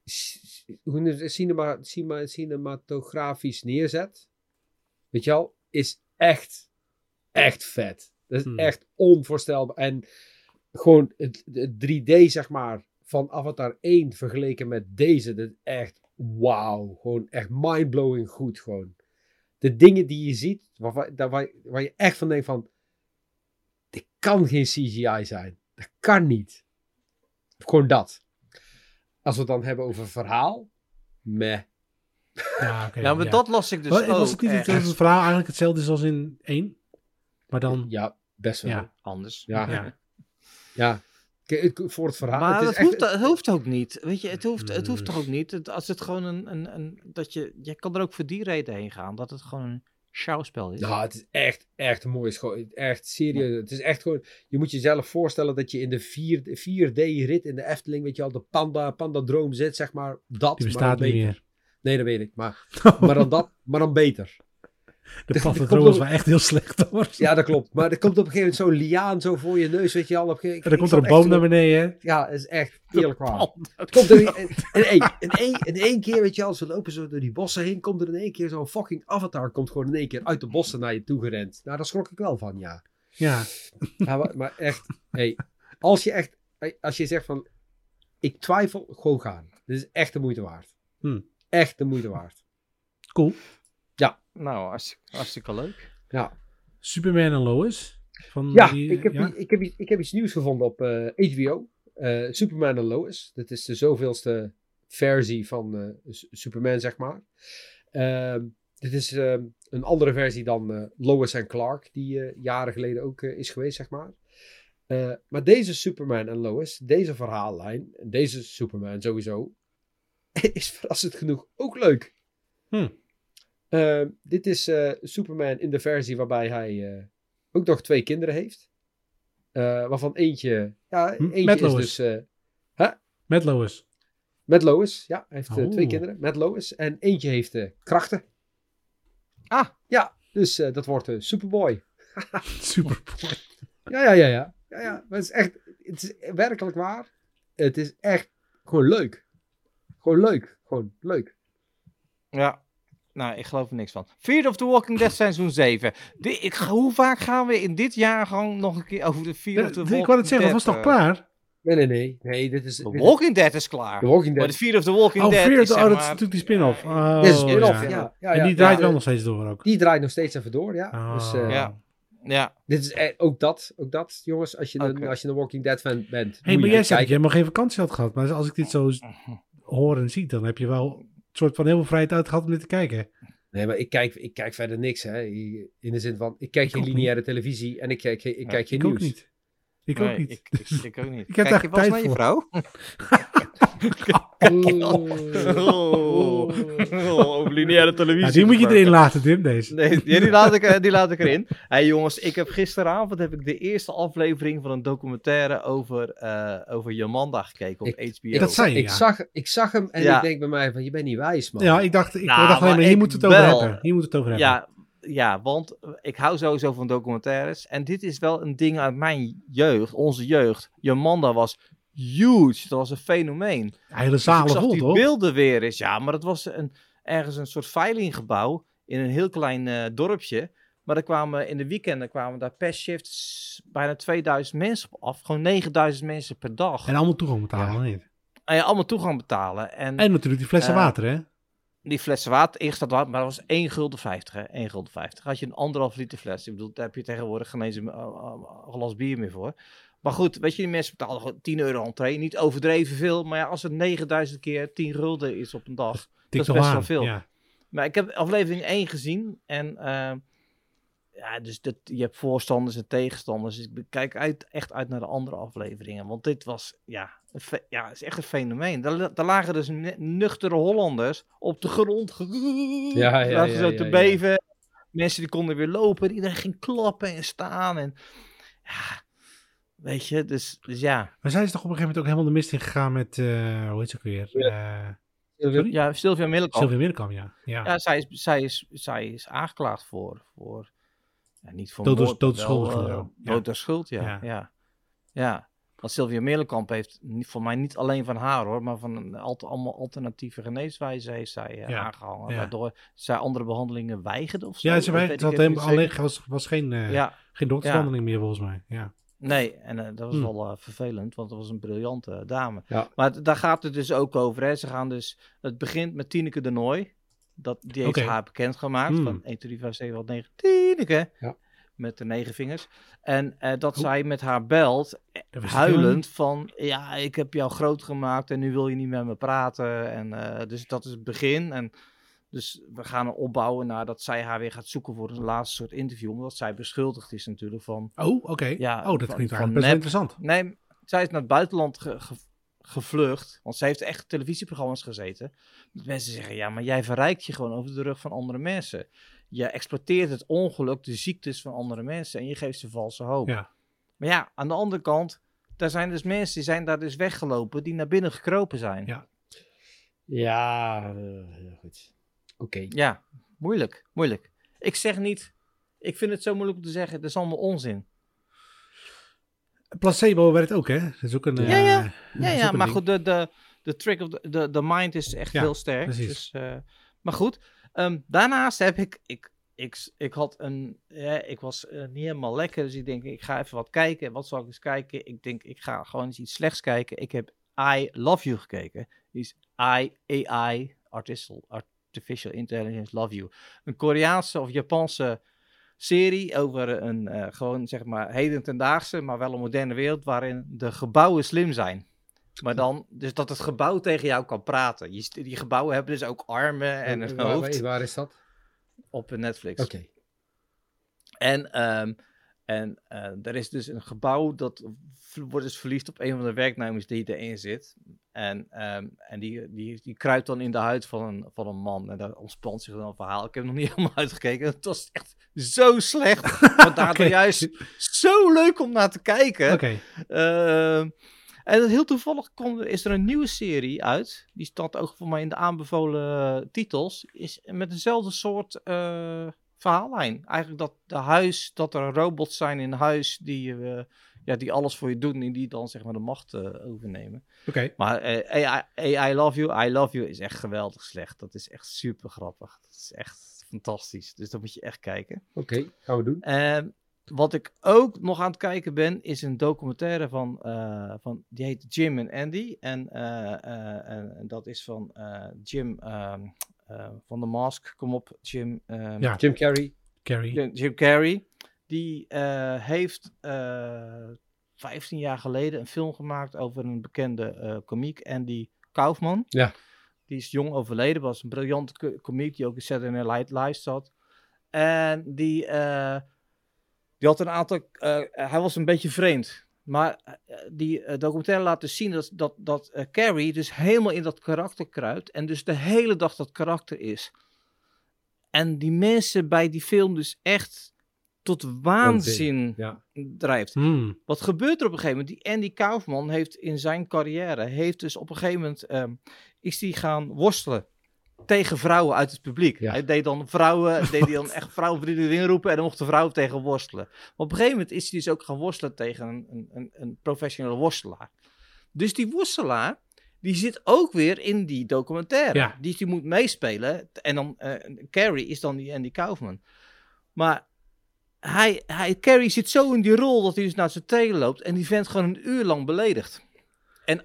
cinematografisch neerzet... Weet je wel? Is echt vet. Dat is echt onvoorstelbaar. En gewoon het 3D, zeg maar, van Avatar 1 vergeleken met deze, dat is echt wauw. Gewoon echt mindblowing goed, gewoon. De dingen die je ziet, waar je echt van denkt van, dit kan geen CGI zijn. Dat kan niet. Gewoon dat. Als we het dan hebben over verhaal, meh. Ja, okay, ja, maar dat las ik dus ook. Was het niet dat het verhaal eigenlijk hetzelfde is als in 1? Maar dan... Ja, best wel. Ja. Anders. Ja. Kijk, voor het verhaal. Maar het het hoeft ook niet. Weet je, het hoeft toch ook niet. Als het gewoon dat je kan er ook voor die reden heen gaan. Dat het gewoon een schouwspel is. Nou, het is echt mooi. Het is gewoon echt serieus. Het is echt gewoon... Je moet jezelf voorstellen dat je in de 4D-rit in de Efteling, weet je al, de Panda-droom zit, zeg maar. Dat, Die bestaat niet meer. Nee, dat weet ik. Maar dan beter. De Panda-droom was wel echt heel slecht, hoor. Ja, dat klopt. Maar er komt op een gegeven moment zo'n liaan zo voor je neus, weet je al. En dan komt er een boom naar beneden. Ja, dat is echt eerlijk waar. Het komt er in één keer, weet je al, ze lopen zo door die bossen heen, komt er in één keer zo'n fucking avatar, komt gewoon in één keer uit de bossen naar je toe gerend. Nou, daar schrok ik wel van, ja. Ja. Maar echt, als je zegt van, ik twijfel, gewoon gaan. Dit is echt de moeite waard. Echt de moeite waard. Cool. Ja. Nou, hartstikke leuk. Ja. Superman en Lois. Ik heb iets nieuws gevonden op HBO. Superman en Lois. Dat is de zoveelste versie van Superman, zeg maar. Dit is een andere versie dan Lois en Clark, die jaren geleden ook is geweest, zeg maar. Maar deze Superman en Lois, deze verhaallijn, en deze Superman sowieso, is verrassend genoeg ook leuk. Dit is Superman in de versie waarbij hij ook nog 2 kinderen heeft. Waarvan eentje met Lois. Is dus... Met Lois. Met Lois, ja. Hij heeft 2 kinderen met Lois. En eentje heeft krachten. Ja, dus dat wordt Superboy. Superboy. Ja. Maar het is werkelijk waar. Het is echt gewoon leuk. Gewoon leuk. Ja. Nou, ik geloof er niks van. Fear of the Walking Dead seizoen 7. Hoe vaak gaan we in dit jaar gewoon nog een keer over de Fear of the Walking Dead? Ik wou het zeggen, was toch klaar? Nee, dit is... The Walking Dead is klaar. The Walking Maar Dead. de Fear of the Walking Dead Fear is of the- zeg dat is maar... natuurlijk die spin-off. Ja, Dit is Oh, spin-off, ja. ja. En die draait ja, wel nog steeds door ook. Die draait nog steeds even door, ja. Oh. Dus Ja. dit is ook dat, jongens. Als je een Walking Dead fan bent. Hey, moet maar je jij zei dat je kijken. helemaal geen vakantie had gehad. Maar als ik dit zo hoor en zie, dan heb je wel een soort van heel veel vrijheid uit gehad om dit te kijken. Nee, maar ik kijk verder niks, hè. In de zin van, ik kijk geen ook lineaire televisie en ik kijk geen Ik nieuws. ook niet. Ik ook niet. Ik ook niet. Ik heb Kijk daar je wel eens tijd naar je voor. vrouw? Over lineaire televisie. Ja, die moet je gesproken. erin laten, Tim, deze. Nee, die laat ik erin. Hey jongens, ik heb gisteravond de eerste aflevering van een documentaire over Jomanda gekeken op HBO. Dat zei je, Ik zag hem en Ja. ik denk bij mij van, je bent niet wijs, man. Ja, ik dacht Nou, alleen maar, maar hier ik moet het over wel. hebben. Hier moet het over hebben. Ja, want ik hou sowieso van documentaires. En dit is wel een ding uit mijn jeugd, onze jeugd. Jomanda was huge. Dat was een fenomeen. Hele Ik zalen zag vol, die toch? beelden weer eens. Ja, maar het was ergens een soort veilinggebouw in een heel klein dorpje. Maar in de weekenden kwamen daar per shift bijna 2000 mensen op af. Gewoon 9000 mensen per dag. En allemaal toegang betalen, niet? En je allemaal toegang betalen. En natuurlijk die flessen water, hè? die flessen water, ingesteld water, maar dat was 1,50 gulden, hè? 1,50 gulden. Had je een 1,5 liter fles. Ik bedoel, daar heb je tegenwoordig geen eens een glas bier meer voor. Maar goed, weet je, die mensen betalen gewoon €10 entree. Niet overdreven veel, maar ja, als het 9000 keer 10 gulden is op een dag, dat is best wel veel. Ja. Maar ik heb aflevering 1 gezien en dus je hebt voorstanders en tegenstanders. Dus ik kijk echt uit naar de andere afleveringen, want dit was, het is echt een fenomeen. Daar lagen dus nuchtere Hollanders op de grond, lagen zo te beven. Mensen die konden weer lopen, iedereen ging klappen en staan en weet je, dus ja. Maar zij is toch op een gegeven moment ook helemaal de mist in gegaan met, hoe heet ze ook weer? Sorry? Ja, Sylvia Middelkamp. Sylvia Middelkamp, ja. Ja, zij is aangeklaagd voor niet voor Dood door- moord, dood maar schuld wel, of zo. dood door schuld, ja. Want Sylvia Middelkamp heeft voor mij niet alleen van haar hoor, maar van allemaal alternatieve geneeswijzen heeft zij aangehangen. Ja. Waardoor zij andere behandelingen weigerde of zo. Ja, Dat ze weet ik had even hem niet alleen, zeker. was geen doktersbehandeling meer volgens mij. Ja. Nee, en dat was wel vervelend, want dat was een briljante dame. Ja. Maar daar gaat het dus ook over. Hè. Het begint met Tineke de Nooi. Die heeft haar bekendgemaakt. Van 1, 2, 3, 5, 7, 8, 9. Tineke! Ja. Met de 9 vingers. En dat zij met haar belt, Dat was huilend van... Ja, ik heb jou groot gemaakt en nu wil je niet met me praten. En dus dat is het begin. En dus we gaan er opbouwen naar dat zij haar weer gaat zoeken voor een laatste soort interview. Omdat zij beschuldigd is natuurlijk van... Oh, oké. Ja, dat van- klinkt van eigenlijk best wel nep. interessant. Nee, zij is naar het buitenland gevlucht. Want zij heeft echt televisieprogramma's gezeten. Dat mensen zeggen, ja, maar jij verrijkt je gewoon over de rug van andere mensen. Je exploiteert het ongeluk, de ziektes van andere mensen. En je geeft ze valse hoop. Ja. Maar ja, aan de andere kant, daar zijn dus mensen die zijn daar dus weggelopen. Die naar binnen gekropen zijn. Ja. Ja, goed. Oké. Ja, moeilijk. Ik zeg niet, ik vind het zo moeilijk om te zeggen, dat is allemaal onzin. Placebo werkt ook, hè? Dat is ook een... Ja, dat is ook Ja, een maar ding. goed, de trick of the mind is echt Ja, heel sterk. precies. Dus, maar goed, daarnaast heb ik was niet helemaal lekker, dus ik denk, ik ga even wat kijken. Wat zal ik eens kijken? Ik denk, ik ga gewoon eens iets slechts kijken. Ik heb I Love You gekeken. Die is AI, Artificial Intelligence Love You. Een Koreaanse of Japanse serie over een gewoon zeg maar heden ten daagse, maar wel een moderne wereld waarin de gebouwen slim zijn. Maar dan, dus dat het gebouw tegen jou kan praten. Die gebouwen hebben dus ook armen en een hoofd. Waar is dat? Op Netflix. Oké. En er is dus een gebouw dat wordt dus verliefd op een van de werknemers die erin zit. En die kruipt dan in de huid van een man. En daar ontspant zich dan een verhaal. Ik heb nog niet helemaal uitgekeken. Het was echt zo slecht. Maar daardoor juist zo leuk om naar te kijken. Oké. En heel toevallig is er een nieuwe serie uit. Die staat ook voor mij in de aanbevolen titels. Is met dezelfde soort verhaallijn. Eigenlijk dat er robots zijn in huis die alles voor je doen en die dan zeg maar de macht overnemen. Oké. Maar I Love You is echt geweldig slecht. Dat is echt super grappig. Dat is echt fantastisch. Dus dat moet je echt kijken. Oké, gaan we doen. Wat ik ook nog aan het kijken ben, is een documentaire van die heet Jim en Andy. En dat is van Jim van The Mask. Kom op, Jim. Ja. Jim Carrey. Jim Carrey. Die heeft 15 jaar geleden een film gemaakt over een bekende komiek, Andy Kaufman. Ja. Die is jong overleden, was een briljante komiek die ook in Saturday Night Live Live zat. En die had een aantal... hij was een beetje vreemd. Maar die documentaire laat dus zien dat Carrey dus helemaal in dat karakter kruipt. En dus de hele dag dat karakter is. En die mensen bij die film dus echt tot waanzin drijft. Wat gebeurt er op een gegeven moment? Die Andy Kaufman heeft in zijn carrière... dus op een gegeven moment... is hij gaan worstelen tegen vrouwen uit het publiek. Ja. Hij deed dan echt vrouwenvrienden erin roepen en dan mochten vrouwen tegen worstelen. Maar op een gegeven moment is hij dus ook gaan worstelen tegen een professionele worstelaar. Dus die worstelaar, die zit ook weer in die documentaire. Ja. Die moet meespelen. En dan Carrey is dan die Andy Kaufman. Maar Carrey zit zo in die rol dat hij dus naar zijn tenen loopt en die vent gewoon een uur lang beledigt. En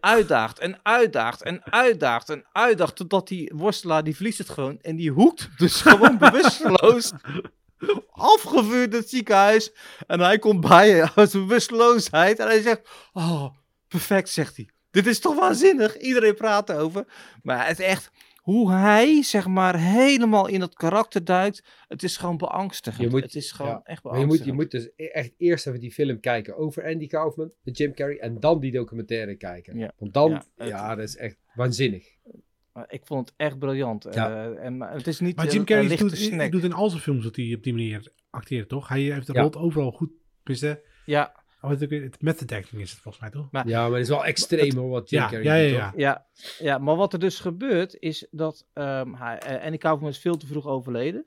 uitdaagt totdat die worstelaar, die verliest het gewoon. En die hoekt dus gewoon bewusteloos afgevuurd het ziekenhuis. En hij komt bij uit bewusteloosheid. En hij zegt, oh, perfect, zegt hij. Dit is toch waanzinnig? Iedereen praat erover. Maar het is echt, hoe hij, zeg maar, helemaal in dat karakter duikt. Het is gewoon beangstigend. Het is gewoon echt beangstigend. Je moet dus echt eerst even die film kijken over Andy Kaufman, met Jim Carrey, en dan die documentaire kijken. Ja. Want dan, dat is echt waanzinnig. Ik vond het echt briljant. Maar het is niet Maar Jim Carrey doet in al zijn films dat hij op die manier acteert, toch? Hij heeft de rol overal goed. Ja. Het method acting is het volgens mij, toch? Maar, ja, maar het is wel extreem hoor, wat Jim Carrey doet. Ja, maar wat er dus gebeurt is dat Andy Kaufman is veel te vroeg overleden.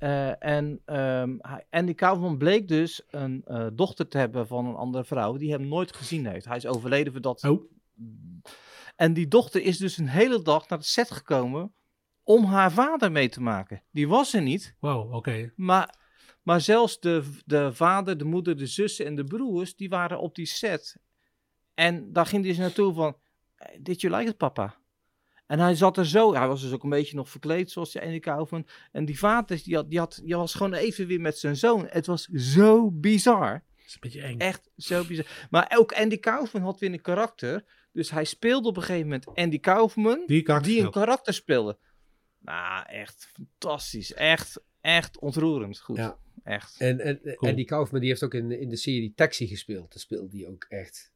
Andy Kaufman bleek dus een dochter te hebben van een andere vrouw die hem nooit gezien heeft. Hij is overleden voor dat. Oh. En die dochter is dus een hele dag naar de set gekomen om haar vader mee te maken. Die was er niet. Wow, oké. Maar zelfs de vader, de moeder, de zussen en de broers, die waren op die set. En daar ging hij dus naartoe van, did you like it, papa? En hij zat er zo, hij was dus ook een beetje nog verkleed, zoals die Andy Kaufman. En die vader, die was gewoon even weer met zijn zoon. Het was zo bizar. Dat is een beetje eng. Echt zo bizar. Maar ook Andy Kaufman had weer een karakter. Dus hij speelde op een gegeven moment Andy Kaufman, die een karakter speelde. Nou, echt fantastisch. Echt ontroerend goed. Ja. Echt. En cool. Andy Kaufman die heeft ook in de serie Taxi gespeeld. Daar speelde hij ook echt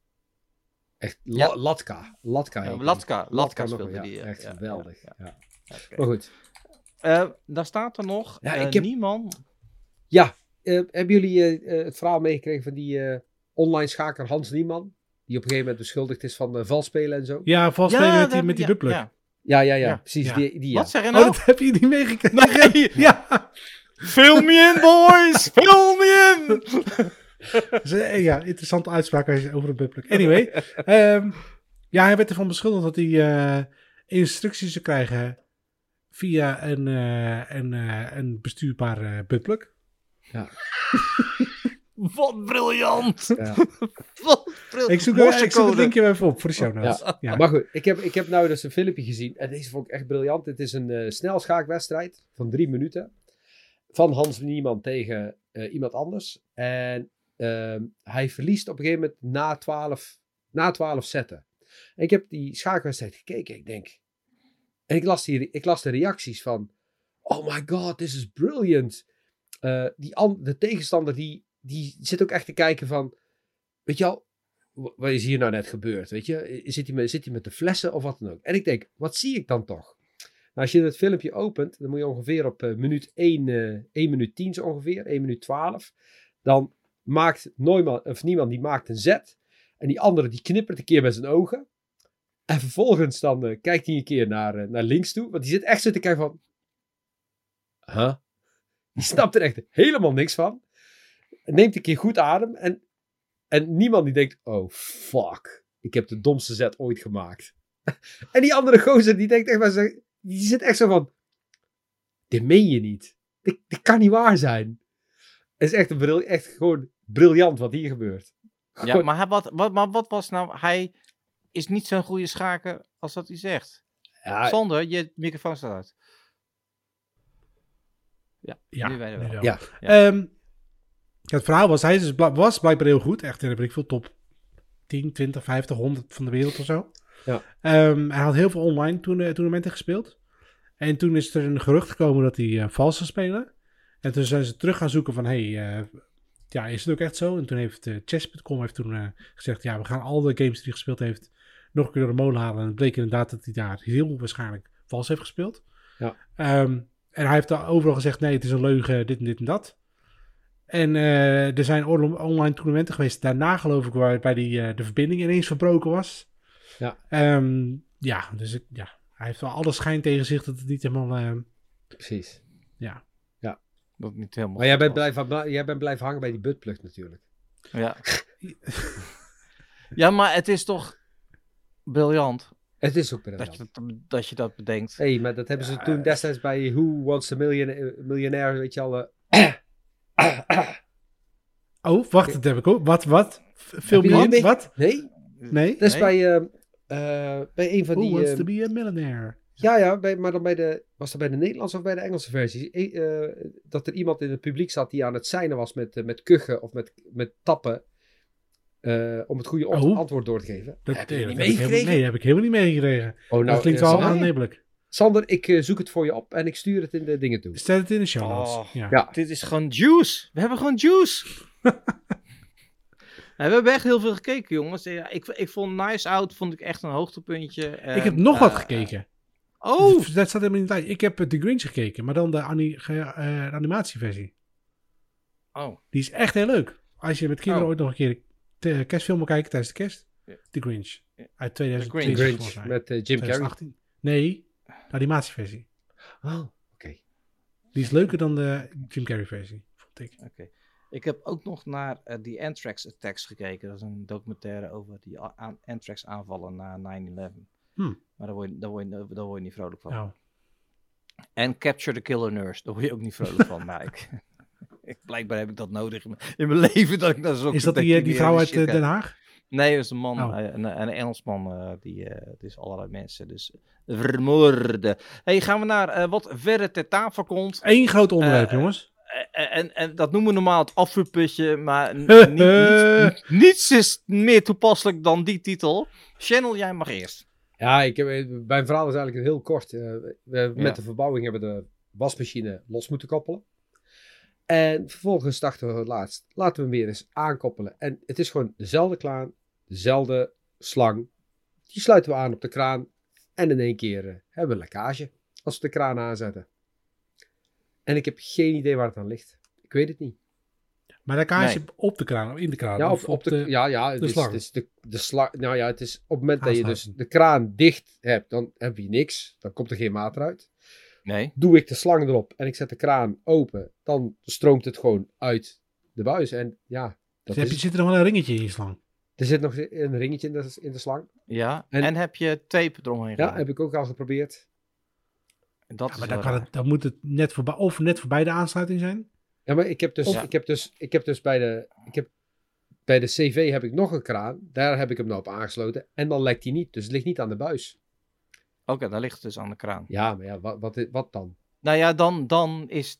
Latka. Latka speelde die. Echt geweldig. Ja. Okay. Maar goed. Daar staat er nog Niemann. Ja, hebben jullie het verhaal meegekregen van die online schaker Hans Niemann? Die op een gegeven moment beschuldigd is van valspelen en zo? Ja, valspelen met die buttplug. Ja, precies. Ja. Die Wat zeg je nou? Dat heb je niet meegekregen. Nee. Ja. Film me in, boys! Film me in! Ja, interessante uitspraak over een buttplug. Anyway. Hij werd ervan beschuldigd dat hij instructies zou krijgen via een bestuurbaar buttplug. Ja. Wat briljant! Ja. Wat briljant! Ik zoek het linkje even op voor de show notes. Ja. Maar goed, ik heb nou dus een filmpje gezien. En deze vond ik echt briljant. Het is een snelschaakwedstrijd van 3 minuten. Van Hans Niemann tegen iemand anders. En hij verliest op een gegeven moment na 12 setten. En ik heb die schaakwedstrijd gekeken. Ik denk... En ik las de reacties van... Oh my god, this is brilliant. De tegenstander die zit ook echt te kijken van... Weet je al, wat is hier nou net gebeurd? Weet je, zit hij met de flessen of wat dan ook? En ik denk, wat zie ik dan toch? Nou, als je het filmpje opent, dan moet je ongeveer op minuut 1 minuut 10 zo ongeveer, 1 minuut 12. Dan maakt Niemann die maakt een zet. En die andere die knippert een keer met zijn ogen. En vervolgens dan kijkt hij een keer naar links toe. Want die zit echt zo te kijken van... Huh? Die snapt er echt helemaal niks van. Neemt een keer goed adem. En Niemann die denkt... Oh, fuck. Ik heb de domste zet ooit gemaakt. En die andere gozer die denkt echt maar... Die zit echt zo van... Dit meen je niet. Dit kan niet waar zijn. Het is echt gewoon briljant wat hier gebeurt. Ja, maar wat was nou... Hij is niet zo'n goede schaker als dat hij zegt. Ja, Sander, je microfoon staat uit. Ja, nu wij er wel. nu wel. Ja. Het verhaal was, hij was blijkbaar heel goed. Echt, heb ik veel top 10, 20, 50, 100 van de wereld of zo. Ja. Hij had heel veel online toernooien gespeeld. En toen is er een gerucht gekomen dat hij vals zou spelen. En toen zijn ze terug gaan zoeken van, ja, is het ook echt zo? En toen heeft Chess.com gezegd, ja, we gaan al de games die hij gespeeld heeft nog een keer door de molen halen. En het bleek inderdaad dat hij daar heel waarschijnlijk vals heeft gespeeld. Ja. En hij heeft daar overal gezegd, nee, het is een leugen, dit en dit en dat. En er zijn online toernooien geweest. Daarna geloof ik waarbij de verbinding ineens verbroken was. Ja. Dus hij heeft wel alle schijn tegen zich dat het niet helemaal... precies. ja. Dat het niet helemaal Maar jij goed bent, was. jij bent blijven hangen bij die buttplug natuurlijk. Ja. Ja, maar het is toch briljant Het is ook briljant. dat je dat bedenkt. Hey, maar dat hebben ze toen destijds bij Who Wants the Millionaire, weet je al. Oh, wacht, dat heb ik ook. Wat? Veel Heb je die miljoen? niet? Wat? Nee? Nee? Dat is Nee? bij een van Who die... wants to be a millionaire? Ja, maar dan was dat bij de Nederlandse of bij de Engelse versie? Dat er iemand in het publiek zat die aan het seinen was met kuchen of met tappen. Om het goede antwoord door te geven. Heb je niet meegekregen? Nee, heb ik helemaal niet meegekregen. Oh, Dat klinkt wel Sander, aannemelijk. Sander, ik zoek het voor je op en ik stuur het in de dingen toe. Stel het in de show notes. Oh. Ja. Ja. Dit is gewoon juice. We hebben gewoon juice. We hebben echt heel veel gekeken, jongens. Ja, ik vond Nice Out vond ik echt een hoogtepuntje. En, Ik heb nog wat gekeken. Oh! Dat staat helemaal niet bij. Ik heb The Grinch gekeken, maar dan de animatieversie. Oh. Die is echt heel leuk. Als je met kinderen Oh. ooit nog een keer de kerstfilm wil kijken tijdens de kerst. Ja. The Grinch. Ja. Uit The 2020 Grinch volgens mij. met Jim Carrey. 2018. Nee, de animatieversie. Oh, oké. Die is leuker dan de Jim Carrey versie, vond ik. Oké. Ik heb ook nog naar The Anthrax Attacks gekeken. Dat is een documentaire over die Anthrax aanvallen na 9/11. Maar daar word je niet vrolijk van. Nou, En Capture the Killer Nurse. Daar word je ook niet vrolijk van. Maar blijkbaar heb ik dat nodig in mijn leven. Dat ik dat zo is dat die vrouw uit Den Haag? Nee, dat is een man, een Engelsman, die dus allerlei mensen dus vermoorden. Hey, gaan we naar wat verder ter tafel komt. Eén groot onderwerp, jongens. En dat noemen we normaal het afvuurputje, maar niets is meer toepasselijk dan die titel. Channel, jij mag eerst. Ja, mijn verhaal is eigenlijk heel kort. Met de verbouwing hebben we de wasmachine los moeten koppelen. En vervolgens dachten we laten we hem weer eens aankoppelen. En het is gewoon dezelfde kraan, dezelfde slang. Die sluiten we aan op de kraan. En in één keer hebben we een lekkage als we de kraan aanzetten. En ik heb geen idee waar het aan ligt. Ik weet het niet. Maar dan kan je op de kraan, in de kraan. Ja, of op de het slang. Het is de slang. Nou ja, het is op het moment dat je dus de kraan dicht hebt, dan heb je niks. Dan komt er geen water uit. Nee. Doe ik de slang erop en ik zet de kraan open, dan stroomt het gewoon uit de buis. En ja, dat Dus zit er nog wel een ringetje in je slang? Er zit nog een ringetje in de slang. Ja, en heb je tape eromheen gedaan? Ja, heb ik ook al geprobeerd. Dat Ja, is maar wel dan, raar. dan moet het net voorbij de aansluiting zijn. Ja, maar ik heb dus bij de CV heb ik nog een kraan. Daar heb ik hem nou op aangesloten. En dan lekt hij niet. Dus het ligt niet aan de buis. Oké, dan ligt het dus aan de kraan. Ja, maar ja, wat dan? Nou ja, dan is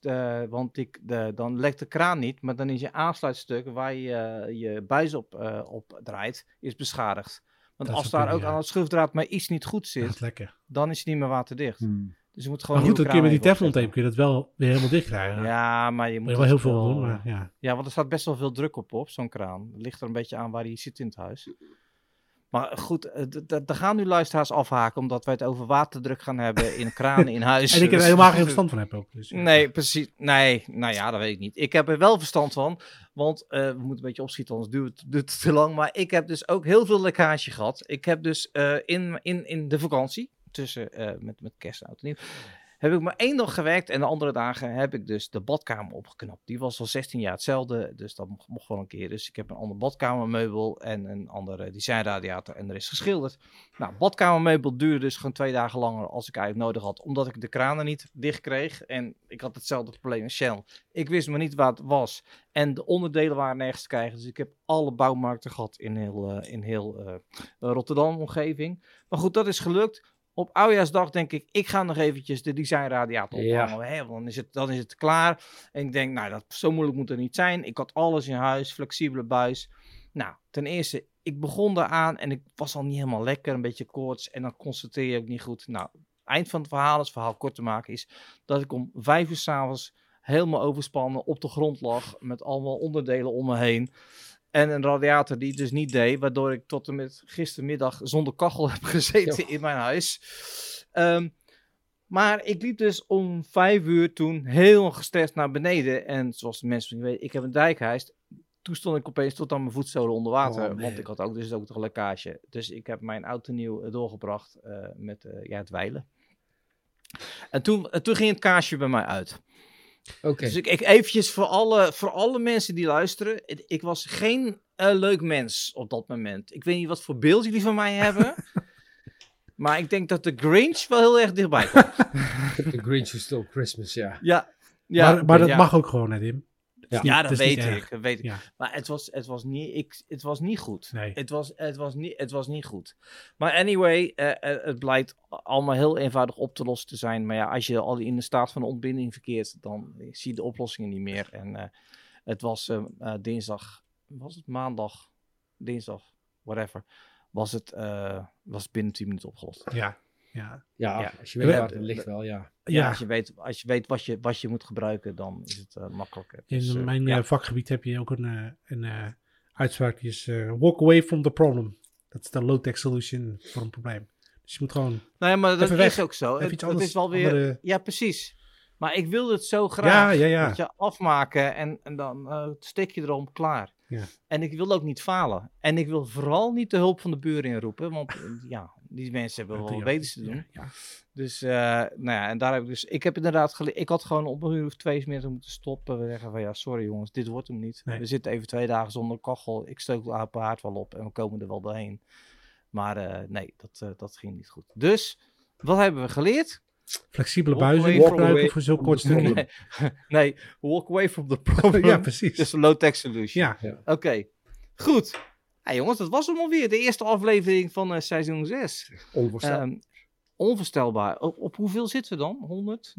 dan lekt de kraan niet, maar dan is je aansluitstuk waar je buis op draait, is beschadigd. Want Dat als is daar een ook punt, ja. aan het schroefdraad maar iets niet goed Dat zit, is lekker. dan is het niet meer waterdicht. Dus je moet gewoon Maar goed, een dan kun je met die nieuwe Teflon kraan tape kun je dat wel weer helemaal dicht krijgen. even opzetten. Ja, maar je Moet moet je wel heel het veel doen, maar ja. Ja, want er staat best wel veel druk op zo'n kraan. Het ligt er een beetje aan waar die zit in het huis. Maar goed, er gaan nu luisteraars afhaken omdat wij het over waterdruk gaan hebben in kranen in huis. En ik er Dus- helemaal geen verstand van heb ook. Dus, ja. Nee, precies. Nee, nou ja, dat weet ik niet. Ik heb er wel verstand van, want we moeten een beetje opschieten, anders duurt het te lang. Maar ik heb dus ook heel veel lekkage gehad. Ik heb dus in de vakantie, met kerst en oud en nieuw, heb ik maar 1 dag gewerkt en de andere dagen heb ik dus de badkamer opgeknapt. Die was al 16 jaar hetzelfde, dus dat mocht wel een keer. Dus ik heb een ander badkamermeubel en een andere designradiator en er is geschilderd. Nou, badkamermeubel duurde dus gewoon 2 dagen langer als ik eigenlijk nodig had, omdat ik de kranen niet dicht kreeg. En ik had hetzelfde probleem als Shell. Ik wist maar niet waar het was en de onderdelen waren nergens te krijgen. Dus ik heb alle bouwmarkten gehad in heel Rotterdam omgeving. Maar goed, dat is gelukt. Op Oudejaarsdag denk ik ga nog eventjes de designradiator ophangen. Hè, want dan is het klaar. En ik denk, nou, zo moeilijk moet het niet zijn. Ik had alles in huis, flexibele buis. Nou, ten eerste, ik begon eraan en ik was al niet helemaal lekker, een beetje koorts. En dan constateer je ook niet goed. Nou, eind van het verhaal kort te maken, is dat ik om 5 uur 's avonds helemaal overspannen op de grond lag. Met allemaal onderdelen om me heen. En een radiator die het dus niet deed, waardoor ik tot en met gistermiddag zonder kachel heb gezeten in mijn huis. Maar ik liep dus om 5 uur toen heel gestrest naar beneden. En zoals de mensen weten, ik heb een dijkhuis. Toen stond ik opeens tot aan mijn voetzolen onder water. Want ik had ook dus ook nog een lekkage. Dus ik heb mijn auto nieuw doorgebracht met het wijlen. En toen ging het kaarsje bij mij uit. Oké. Dus ik eventjes voor alle mensen die luisteren. Ik was geen leuk mens op dat moment. Ik weet niet wat voor beeld jullie van mij hebben. Maar ik denk dat de Grinch wel heel erg dichtbij komt. The Grinch Who Stole Christmas, ja. Maar dat mag ook gewoon, hè, Tim? Ja, dat weet ik. Ja. Maar het was niet goed. Nee. Het was niet goed. Maar anyway, het blijkt allemaal heel eenvoudig op te lossen te zijn. Maar ja, als je al in de staat van de ontbinding verkeert, dan zie je de oplossingen niet meer. En het was dinsdag, was het maandag, dinsdag, whatever. Was het binnen 10 minuten opgelost. Ja. Als je weet waar het ligt wel, ja. Ja, als je weet wat je moet gebruiken, dan is het makkelijker. Dus, in mijn vakgebied heb je ook een uitspraak die is walk away from the problem. Dat is de low-tech solution voor een probleem. Dus je moet gewoon Nee, maar dat even is weg. ook zo. Even iets Het anders, is wel weer... andere- Ja, precies. Maar ik wilde het zo graag. Ja. Dat je afmaken en dan steek je erom klaar. Ja. En ik wil ook niet falen. En ik wil vooral niet de hulp van de buren inroepen. Want die mensen hebben wel wat beters te doen. Ja. Dus, en daar heb ik dus... Ik heb inderdaad ik had gewoon op een uur of 2 moeten stoppen. We zeggen van ja, sorry jongens, dit wordt hem niet. Nee. We zitten even 2 dagen zonder kachel. Ik steek de haard wel op en we komen er wel doorheen. Maar nee, dat ging niet goed. Dus, wat hebben we geleerd? Flexibele Walk away buizen from gebruiken away. voor zo'n kort stukje. Nee, walk away from the problem. Ja, precies. Dus een low-tech solution. Ja. Oké, goed. Hey, jongens, dat was hem alweer. De eerste aflevering van seizoen 6. Onvoorstelbaar. Onvoorstelbaar. Op hoeveel zitten we dan? 100?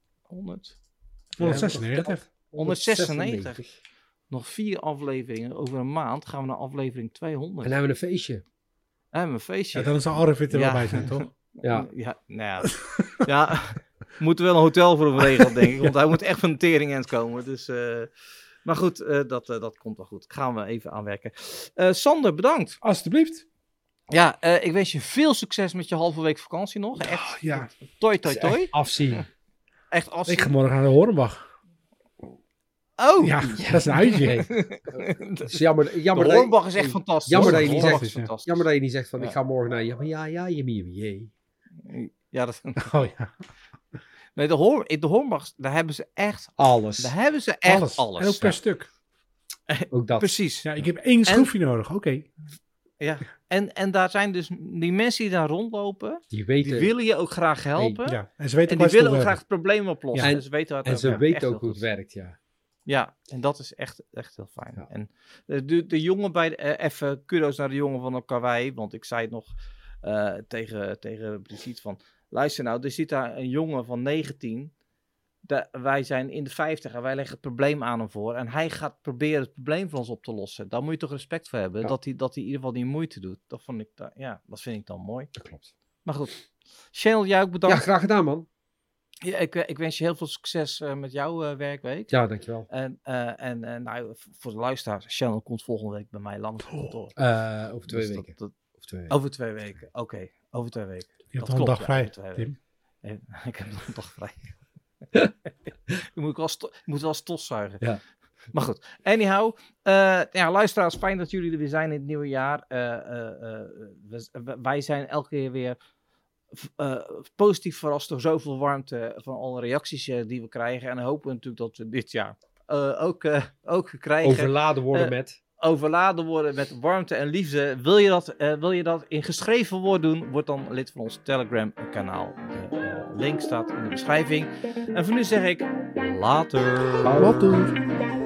196. 196. Nog 4 afleveringen. Over een maand gaan we naar aflevering 200. En dan hebben we een feestje. En een feestje. Ja, dan zal Arvid er wel Ja. bij zijn, toch? Ja. Ja, we moeten wel een hotel voor hem regelen, denk ik. Want hij moet echt van de tering end komen. Dus, maar goed, dat komt wel goed. Gaan we even aanwerken. Sander, bedankt. Alsjeblieft. Ja, ik wens je veel succes met je halve week vakantie nog. Echt Ja, toi. Afzien. Echt afzien. ik ga morgen naar de Horenbach. Oh! Ja, dat is een uitje. Nee. Het is jammer De dat je- Hoornbach is echt fantastisch. Jammer dat je De niet Hoornbach zegt- is fantastisch. Jammer dat je niet zegt van Ja. ik ga morgen naar jee. Ja, dat... Oh ja, Nee, de Hoornbach, daar hebben ze echt Alles. alles. En ook per stuk. Ook dat. Precies. Ja, ik heb 1 schroefje nodig. Oké. Ja. En daar zijn dus die mensen die daar rondlopen, Die die weten, willen je ook graag helpen. Ja, en ze weten En ook die waar ze willen ook toe graag het probleem oplossen. Ja. En ze weten waar het en over ze gaat. weten Echt ook heel hoe het goed. werkt, ja. Ja, en dat is echt heel fijn. Ja. En de jongen even kudos naar de jongen van de Karwei, want ik zei het nog tegen Brigitte van, luister nou, er zit daar een jongen van 19, wij zijn in de 50 en wij leggen het probleem aan hem voor en hij gaat proberen het probleem voor ons op te lossen. Daar moet je toch respect voor hebben, Ja. dat hij in ieder geval die moeite doet. Dat vind ik dan mooi. Dat klopt. Maar goed, Shane, jij ook Ja, bedankt. graag gedaan, man. Ja, ik wens je heel veel succes met jouw werkweek. Ja, dankjewel. En nou, voor de luisteraars, Channel komt volgende week bij mij langs op kantoor. Over 2 Dus weken. Of 2 weken. Over 2 weken, oké. Over 2 weken. Je hebt Dat al een klopt, dag ja, vrij, over 2 weken. Tim. Ik heb nog een dag vrij. Je moet wel stofzuigen. Ja. Maar goed, anyhow. Luisteraars, fijn dat jullie er weer zijn in het nieuwe jaar. Wij zijn elke keer weer positief verrast door zoveel warmte van alle reacties die we krijgen. En dan hopen we natuurlijk dat we dit jaar ook krijgen. Overladen worden met... Overladen worden met warmte en liefde. Wil je dat in geschreven woord doen? Word dan lid van ons Telegram kanaal. De link staat in de beschrijving. En voor nu zeg ik later. Later.